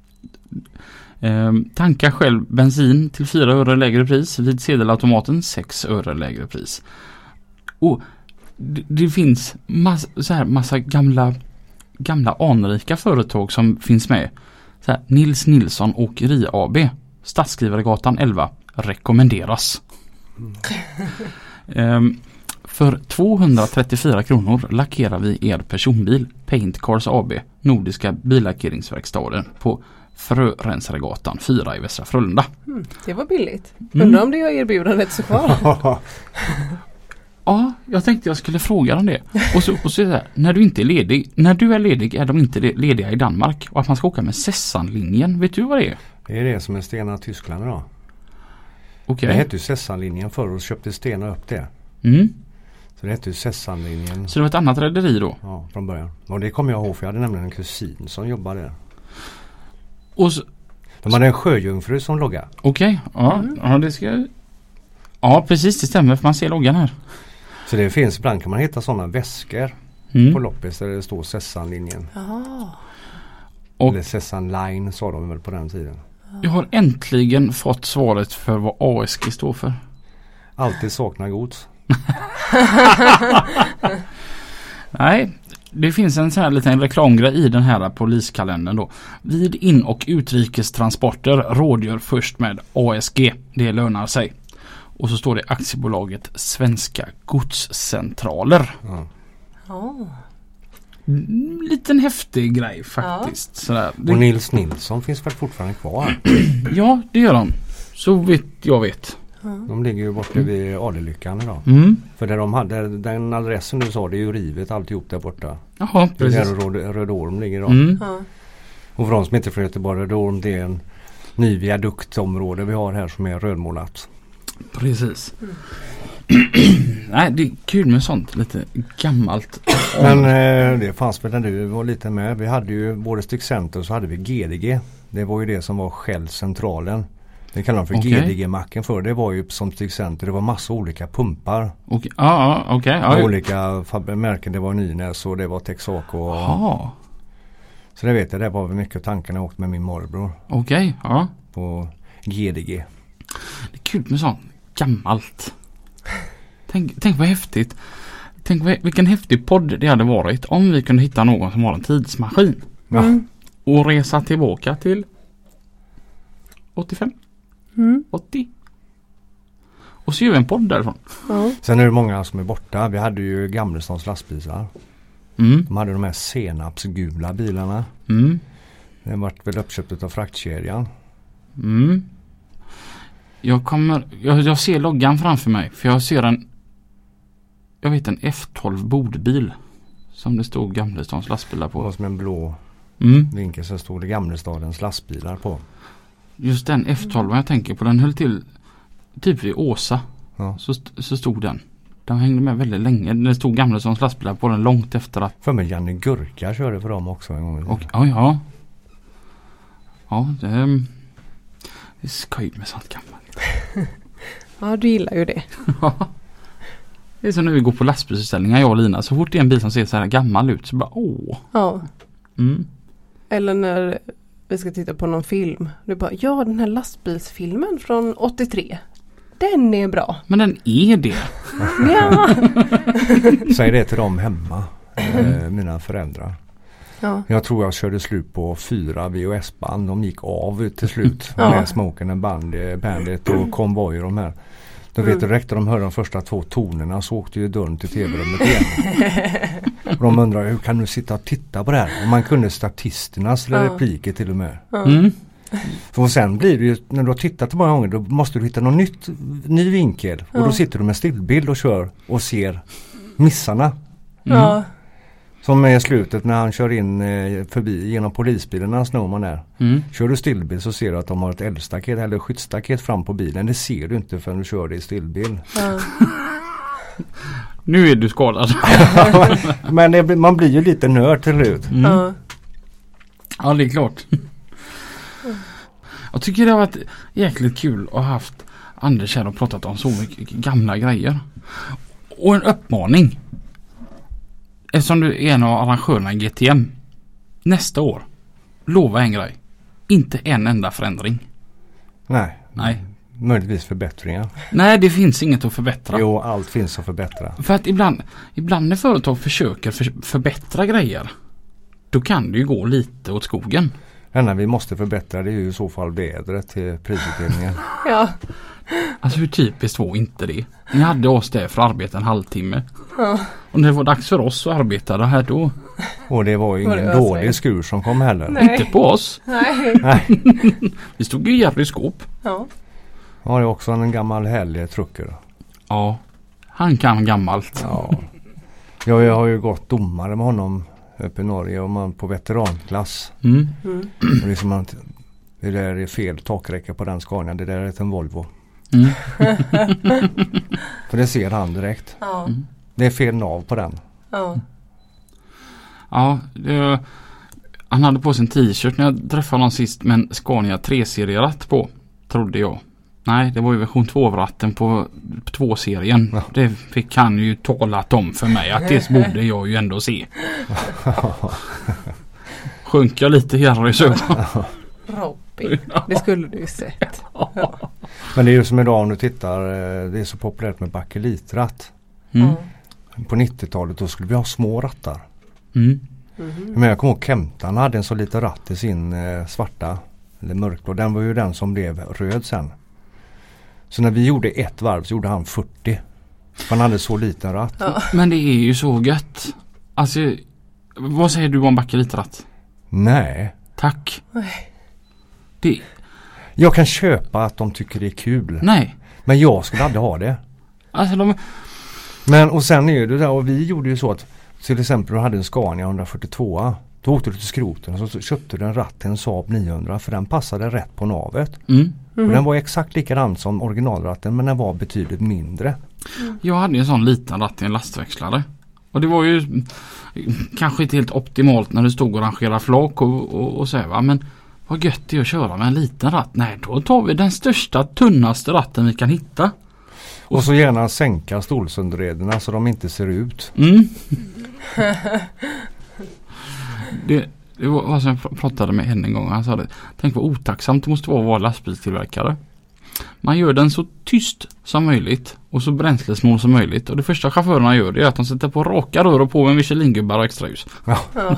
Speaker 2: Ehm, tanka själv bensin till fyra öre lägre pris, vid sedelautomaten sex öre lägre pris. Och det, det finns massa, så här, massa gamla, gamla anrika företag som finns med. Så här, Nils Nilsson Åkeri A B, Stadsskrivaregatan elva, rekommenderas. Mm. ehm, För tvåhundratrettiofyra kronor lackerar vi er personbil. Paint Cars A B, Nordiska billackeringsverkstaden på Frörensaregatan fyra i Västra Frölunda.
Speaker 1: Mm, det var billigt.
Speaker 2: Mm.
Speaker 1: Undrar om det har erbjudandet så kvar.
Speaker 2: Ja, jag tänkte jag skulle fråga om det. Och så, och så är det här, när du inte är ledig, när du är ledig är de inte lediga i Danmark. Och att man ska åka med Sessanlinjen, vet du vad det är?
Speaker 3: Det är det som är Stena Tyskland idag.
Speaker 2: Okej.
Speaker 3: Det hette ju Sessanlinjen förr och köpte Stena upp det.
Speaker 2: Mm.
Speaker 3: Så det hette ju Sessanlinjen.
Speaker 2: Så det var ett annat rederi då?
Speaker 3: Ja, från början. Och det kommer jag ihåg för jag hade nämligen en kusin som jobbade där.
Speaker 2: Och så,
Speaker 3: De hade en sjöjungfru som logga.
Speaker 2: okej, ja,
Speaker 1: Mm.
Speaker 2: ja, det ska... Ja, precis, det stämmer för man ser loggan här.
Speaker 3: Så det finns, ibland kan man hitta sådana väskor
Speaker 2: Mm.
Speaker 3: på loppis där det står Sessanlinjen.
Speaker 1: Jaha.
Speaker 2: Och-
Speaker 3: Eller Sessan Line sa de väl på den tiden.
Speaker 2: Jag har äntligen fått svaret för vad A S G står för.
Speaker 3: Alltid saknar gods.
Speaker 2: Nej, det finns en sån här liten reklamgrej i den här poliskalendern då. Vid in- och utrikestransporter rådgör först med A S G. Det lönar sig. Och så står det aktiebolaget Svenska Godscentraler.
Speaker 3: Ja.
Speaker 1: Ja.
Speaker 2: Mm, liten häftig grej faktiskt. Sådär.
Speaker 3: Och
Speaker 2: Det,
Speaker 3: Nils Nilsson finns väl fortfarande kvar.
Speaker 2: ja, det gör de. Så vitt jag vet.
Speaker 3: De ligger ju borta vid Alelyckan idag.
Speaker 2: Mm.
Speaker 3: För där de hade, den adressen du sa, det är ju rivet alltihop där borta.
Speaker 2: Jaha,
Speaker 3: Det är
Speaker 2: precis.
Speaker 3: där Röd, Rödorm ligger idag.
Speaker 2: Mm.
Speaker 1: Ja.
Speaker 3: Och för de som inte är från Göteborg, Rödorm det är en ny viaduktområde vi har här som är rödmålat.
Speaker 2: Precis. Nej, det är kul med sånt. Lite gammalt.
Speaker 3: Men eh, det fanns väl när du var lite med. Vi hade ju både Styckcenter och så hade vi G D G. Det var ju det som var Shell-centralen. Det kallar de för
Speaker 2: Okej.
Speaker 3: G D G-macken för. Det var ju som Styckcenter. Det var massa olika pumpar.
Speaker 2: Okej, ja, ja, okej.
Speaker 3: Med
Speaker 2: Ja,
Speaker 3: olika fab- märken. Det var Nynäs och det var Texaco. Och,
Speaker 2: Jaha,
Speaker 3: så det vet jag. Det var väl mycket tankarna jag åkt med min morbror
Speaker 2: okej, ja.
Speaker 3: på G D G.
Speaker 2: Det är kul med sånt gammalt. Tänk, tänk vad häftigt. Tänk vad, vilken häftig podd det hade varit om vi kunde hitta någon som har en tidsmaskin.
Speaker 3: Ja.
Speaker 1: Mm.
Speaker 2: Och resa tillbaka till åttiofem,
Speaker 1: Mm.
Speaker 2: åttio. Och så gör vi en podd därifrån.
Speaker 1: Ja.
Speaker 3: Sen är det många som är borta. Vi hade ju Gamlestans lastbilar.
Speaker 2: Mm,
Speaker 3: De hade de här senapsgula bilarna.
Speaker 2: mm,
Speaker 3: Den vart väl uppköpt av fraktkedjan.
Speaker 2: mm. Jag kommer, jag, jag ser loggan framför mig. För jag ser en, jag vet en F tolv bordbil. Som det stod Gamlestans lastbilar
Speaker 3: Det var
Speaker 2: på.
Speaker 3: som en blå
Speaker 2: Mm.
Speaker 3: vinkel så stod det Gamlestadens lastbilar på.
Speaker 2: Just den F tolv jag tänker på, den höll till typ vid Åsa.
Speaker 3: Ja.
Speaker 2: Så, st- så stod den. Den hängde med väldigt länge. Det stod Gamlestans lastbilar på den långt efter att...
Speaker 3: För mig Janne Gurka körde för dem också en gång.
Speaker 2: Och, ja, ja. Ja, det, det är skoj med sånt gammalt.
Speaker 1: Ja, du gillar ju det.
Speaker 2: Det är som när vi går på lastbilsutställningar, jag och Lina. Så fort det är en bil som ser så här gammal ut så bara åh.
Speaker 1: Ja.
Speaker 2: Mm.
Speaker 1: Eller när vi ska titta på någon film. Du bara, ja den här lastbilsfilmen från åttiotre. Den är bra.
Speaker 2: Men den är det.
Speaker 1: Ja.
Speaker 3: Säg det till dem hemma. Eh, mina föräldrar.
Speaker 1: Ja.
Speaker 3: Jag tror jag körde slut på fyra V H S-band. De gick av till slut.
Speaker 1: Ja.
Speaker 3: Med Smoken and Bandit, Bandit och Convoy och de här. Då vet du, räckte de hörde de första två tonerna så åkte ju dörren till tv-rummet igen. Och de undrar hur kan du sitta och titta på det här? Och man kunde statisternas
Speaker 1: Ja.
Speaker 3: repliker till och med.
Speaker 2: Mm.
Speaker 3: För sen blir det ju, när du har tittat många gånger då måste du hitta någon nytt, ny vinkel. Och
Speaker 1: Ja.
Speaker 3: då sitter du med stillbild och kör och ser missarna.
Speaker 1: Ja.
Speaker 3: Som är slutet när han kör in eh, förbi genom polisbilen när Snowman är.
Speaker 2: Mm.
Speaker 3: Kör du stillbild så ser du att de har ett eldstaket eller skyddsstaket fram på bilen. Det ser du inte förrän du kör det i stillbild.
Speaker 1: Ja.
Speaker 2: Nu är du skadad.
Speaker 3: Men det, blir- man blir ju lite nörd till slut.
Speaker 2: Mm.
Speaker 1: Ja.
Speaker 2: Ja, det är klart. Jag tycker det har varit jäkligt kul att ha haft Anders här och pratat om så mycket gamla grejer. Och en uppmaning. Eftersom du är en av arrangörerna i G T M. Nästa år. Lova en grej. Inte en enda förändring.
Speaker 3: Nej,
Speaker 2: Nej.
Speaker 3: möjligtvis förbättringar.
Speaker 2: Nej, det finns inget att förbättra.
Speaker 3: Jo, allt finns att förbättra.
Speaker 2: För att ibland, ibland när företag försöker för, förbättra grejer. Då kan det ju gå lite åt skogen.
Speaker 3: Det enda vi måste förbättra det är ju i så fall vädret till prisutdelningen.
Speaker 1: Ja.
Speaker 2: Alltså hur typiskt var inte det? Ni hade oss där för att arbeta en halvtimme.
Speaker 1: Ja.
Speaker 2: Och när det var dags för oss att arbeta det här då.
Speaker 3: Och det var ju ingen
Speaker 1: var
Speaker 3: dålig skur som kom heller.
Speaker 1: Nej.
Speaker 2: Inte på oss.
Speaker 1: Nej.
Speaker 3: Nej.
Speaker 2: Vi stod i Jerry skåp.
Speaker 1: Ja.
Speaker 3: Ja, det är också en gammal härlig trucker.
Speaker 2: Ja, han kan gammalt.
Speaker 3: Ja. Jag, jag har ju gått domare med honom uppe i Norge och man på veteranklass.
Speaker 2: Mm.
Speaker 1: Mm.
Speaker 3: Och det är som att det där är fel takräcka på den Scania. Det där är en Volvo.
Speaker 2: Mm.
Speaker 3: För det ser han direkt.
Speaker 1: Ja.
Speaker 2: Mm.
Speaker 3: Det är fel nav på den.
Speaker 1: Ja.
Speaker 2: Ja, det, han hade på sig en t-shirt när jag träffade honom sist med en Scania tre-serieratt på, trodde jag. Nej, det var ju version två-ratten på, på två-serien.
Speaker 3: Ja.
Speaker 2: Det fick han ju talat om för mig att det borde jag ju ändå se. Sjönk jag lite Jerry så.
Speaker 1: Robin, det skulle du ju sett. Ja.
Speaker 3: Men det är ju som idag om du tittar, eh, det är så populärt med bakelitratt.
Speaker 2: Mm.
Speaker 3: På nittiotalet då skulle vi ha små rattar.
Speaker 2: Mm.
Speaker 1: Mm.
Speaker 3: Men jag kommer ihåg Kemptan hade en så liten ratt i sin eh, svarta eller mörkblå. Den var ju den som blev röd sen. Så när vi gjorde ett varv så gjorde han fyrtio. Han hade så liten ratt.
Speaker 1: Ja.
Speaker 2: Men det är ju så gött. Alltså, vad säger du om bakelitratt?
Speaker 3: Nej.
Speaker 2: Tack.
Speaker 1: Nej.
Speaker 2: Det,
Speaker 3: Jag kan köpa att de tycker det är kul.
Speaker 2: nej.
Speaker 3: Men jag skulle aldrig ha det.
Speaker 2: Alltså de...
Speaker 3: Men och sen är det där och vi gjorde ju så att till exempel du hade en Scania hundrafyrtiotvå. Då åkte du till skroten och så köpte du en ratt till en Saab niohundra för den passade rätt på navet.
Speaker 2: Mm.
Speaker 1: Mm.
Speaker 3: Och den var exakt likadan som originalratten men den var betydligt mindre.
Speaker 2: Jag hade en sån liten ratt i en lastväxlare. Och det var ju kanske inte helt optimalt när du stod och rangerade flak och, och, och så här, va? Men vad gött det är att köra med en liten ratt. Nej, då tar vi den största, tunnaste ratten vi kan hitta.
Speaker 3: Och så gärna sänka stolsunderrederna så de inte ser ut.
Speaker 2: Mm. det, det var vad som jag pratade med henne en gång. Han sa det. Tänk vad otacksamt det måste vara att vara lastbilstillverkare. Man gör den så tyst som möjligt och så bränslesnål som möjligt. Och det första chaufförerna gör det är att de sätter på raka rör och på med Michelin-gubbar och extra ljus.
Speaker 3: Ja.
Speaker 1: Ja.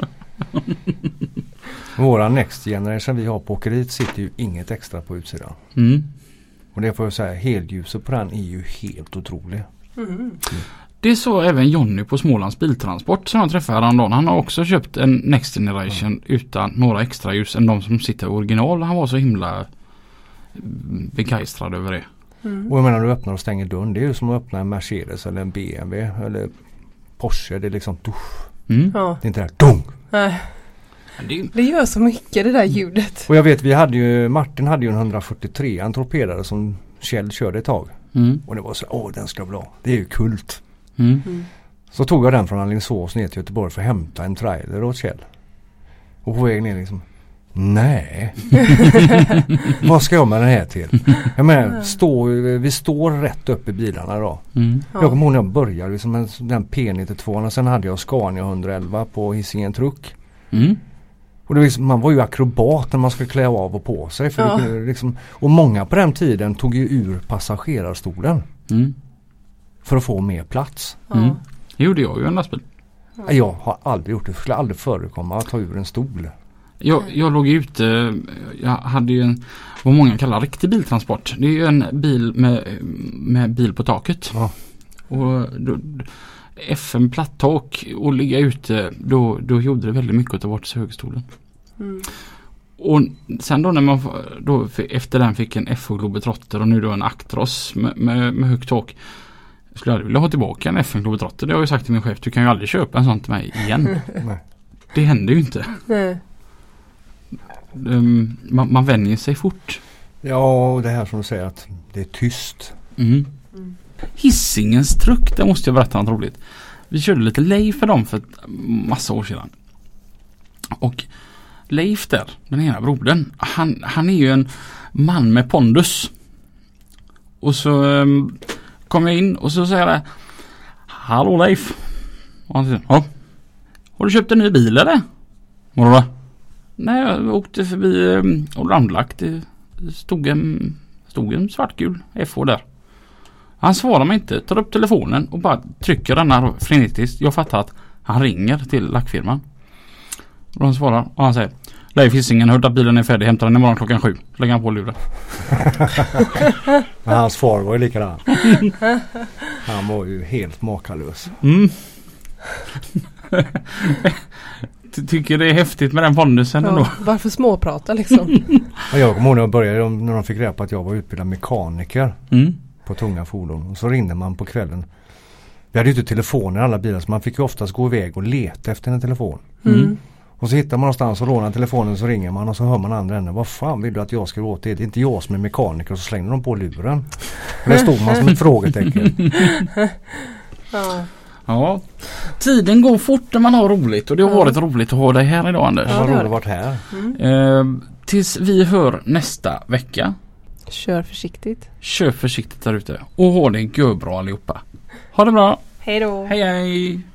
Speaker 3: Våra Next Generation vi har på åkeriet sitter ju inget extra på utsidan.
Speaker 2: Mm.
Speaker 3: Och det får jag säga, helljuset på den är ju helt otrolig.
Speaker 1: Mm.
Speaker 2: Det så även Jonny på Smålands biltransport som jag träffade häromdagen. Han har också köpt en Next Generation mm. utan några extra ljus än de som sitter i original. Han var så himla begeistrad över det.
Speaker 1: Mm.
Speaker 3: Och jag menar, du öppnar och stänger dörren. Det är ju som att öppna en Mercedes eller en B M W eller Porsche. Det är liksom dusch.
Speaker 2: Mm.
Speaker 1: Ja.
Speaker 3: Det är inte det här dung.
Speaker 1: Nej.
Speaker 2: Det,
Speaker 1: Det gör så mycket det där ljudet.
Speaker 3: Och jag vet, vi hade ju, Martin hade ju en hundrafyrtiotre, en torpedare som Kjell körde ett tag.
Speaker 2: mm.
Speaker 3: Och det var så, åh den ska bra. Det är ju kult.
Speaker 2: Mm.
Speaker 1: Mm.
Speaker 3: Så tog jag den från Alingsås ner till Göteborg för att hämta en trailer åt Kjell. Och på väg ner liksom, nej. Vad ska jag med den här till? Jag menar, stå, vi står rätt upp i bilarna då.
Speaker 2: Mm.
Speaker 1: Ja.
Speaker 3: Jag kommer ihåg när jag började liksom en, den P nittiotvå och sen hade jag Scania hundraelva på Hisingen Truck.
Speaker 2: Mm.
Speaker 3: Och det var liksom, man var ju akrobat när man skulle klä av och på sig. För
Speaker 1: Ja.
Speaker 3: det, liksom, och många på den tiden tog ju ur passagerarstolen
Speaker 2: Mm.
Speaker 3: för att få mer plats.
Speaker 1: Ja.
Speaker 2: Mm. Det gjorde jag ju en lastbil.
Speaker 3: Jag har aldrig gjort det. Det skulle aldrig förekomma att ta ur en stol.
Speaker 2: Jag, jag låg ute, jag hade ju en, vad många kallar riktig biltransport. Det är ju en bil med, med bil på taket.
Speaker 3: Ja.
Speaker 2: Och då, F M platttak och ligga ute, då, då gjorde det väldigt mycket att ta bort högstolen.
Speaker 1: Mm.
Speaker 2: Och sen då när man då efter den fick en F O Globetrotter och nu då en Actros med, med, med högt tak. Jag skulle aldrig vilja ha tillbaka en F M Globetrotter. Det har jag sagt till min chef, du kan ju aldrig köpa en sån till mig igen.
Speaker 3: Nej.
Speaker 2: Det händer ju inte.
Speaker 1: Nej.
Speaker 2: Um, man, man vänjer sig fort.
Speaker 3: Ja, och det här som du säger att det är tyst.
Speaker 2: Mm.
Speaker 1: Mm.
Speaker 2: Hissingens truck, det måste jag berätta något roligt. Vi körde lite Leif för dem för ett massa år sedan. Och Leif där, den ena brodern, han, han är ju en man med pondus. Och så um, kom jag in och så säger jag, hallå Leif. Och han säger, ja. Har du köpt en ny bil eller? Vadå? Nej, jag åkte förbi um, och ramlagt. Det stod en, stod en svartgul F H där. Han svarar mig inte, tar upp telefonen och bara trycker den här frenetiskt. Jag fattar att han ringer till lackfirman. Och han svarar och han säger, Leif Hissingen hörde att bilen är färdig. Hämtar den imorgon klockan sju. Lägger han på luren.
Speaker 3: Men hans far var ju likadan. Han var ju helt makalös.
Speaker 2: Mm. Tycker det är häftigt med den pondusen
Speaker 1: ja,
Speaker 2: ändå.
Speaker 1: Varför småprata liksom?
Speaker 3: Jag kommer ihåg när jag började, när de fick reda på att jag var utbildad mekaniker
Speaker 2: mm.
Speaker 3: på tunga fordon. Och så ringde man på kvällen. Vi hade ju inte telefoner i alla bilar, så man fick ju oftast gå iväg och leta efter en telefon.
Speaker 1: Mm.
Speaker 3: Och så hittar man någonstans och lånar telefonen, så ringer man och så hör man andra änden. Vad fan vill du att jag ska gå till? Det är inte jag som är mekaniker. Och så slänger de på luren. Och där stod man som ett frågetecken.
Speaker 1: Ja.
Speaker 2: Ja, tiden går fort när man har roligt och det har
Speaker 1: ja.
Speaker 2: varit roligt att ha dig här idag, Anders.
Speaker 3: Ja, det har roligt varit här.
Speaker 1: Mm.
Speaker 2: Eh, tills vi hör nästa vecka.
Speaker 1: Kör försiktigt.
Speaker 2: Kör försiktigt där ute och ha det görbra allihopa. Ha det bra.
Speaker 1: Hej då.
Speaker 2: Hej hej.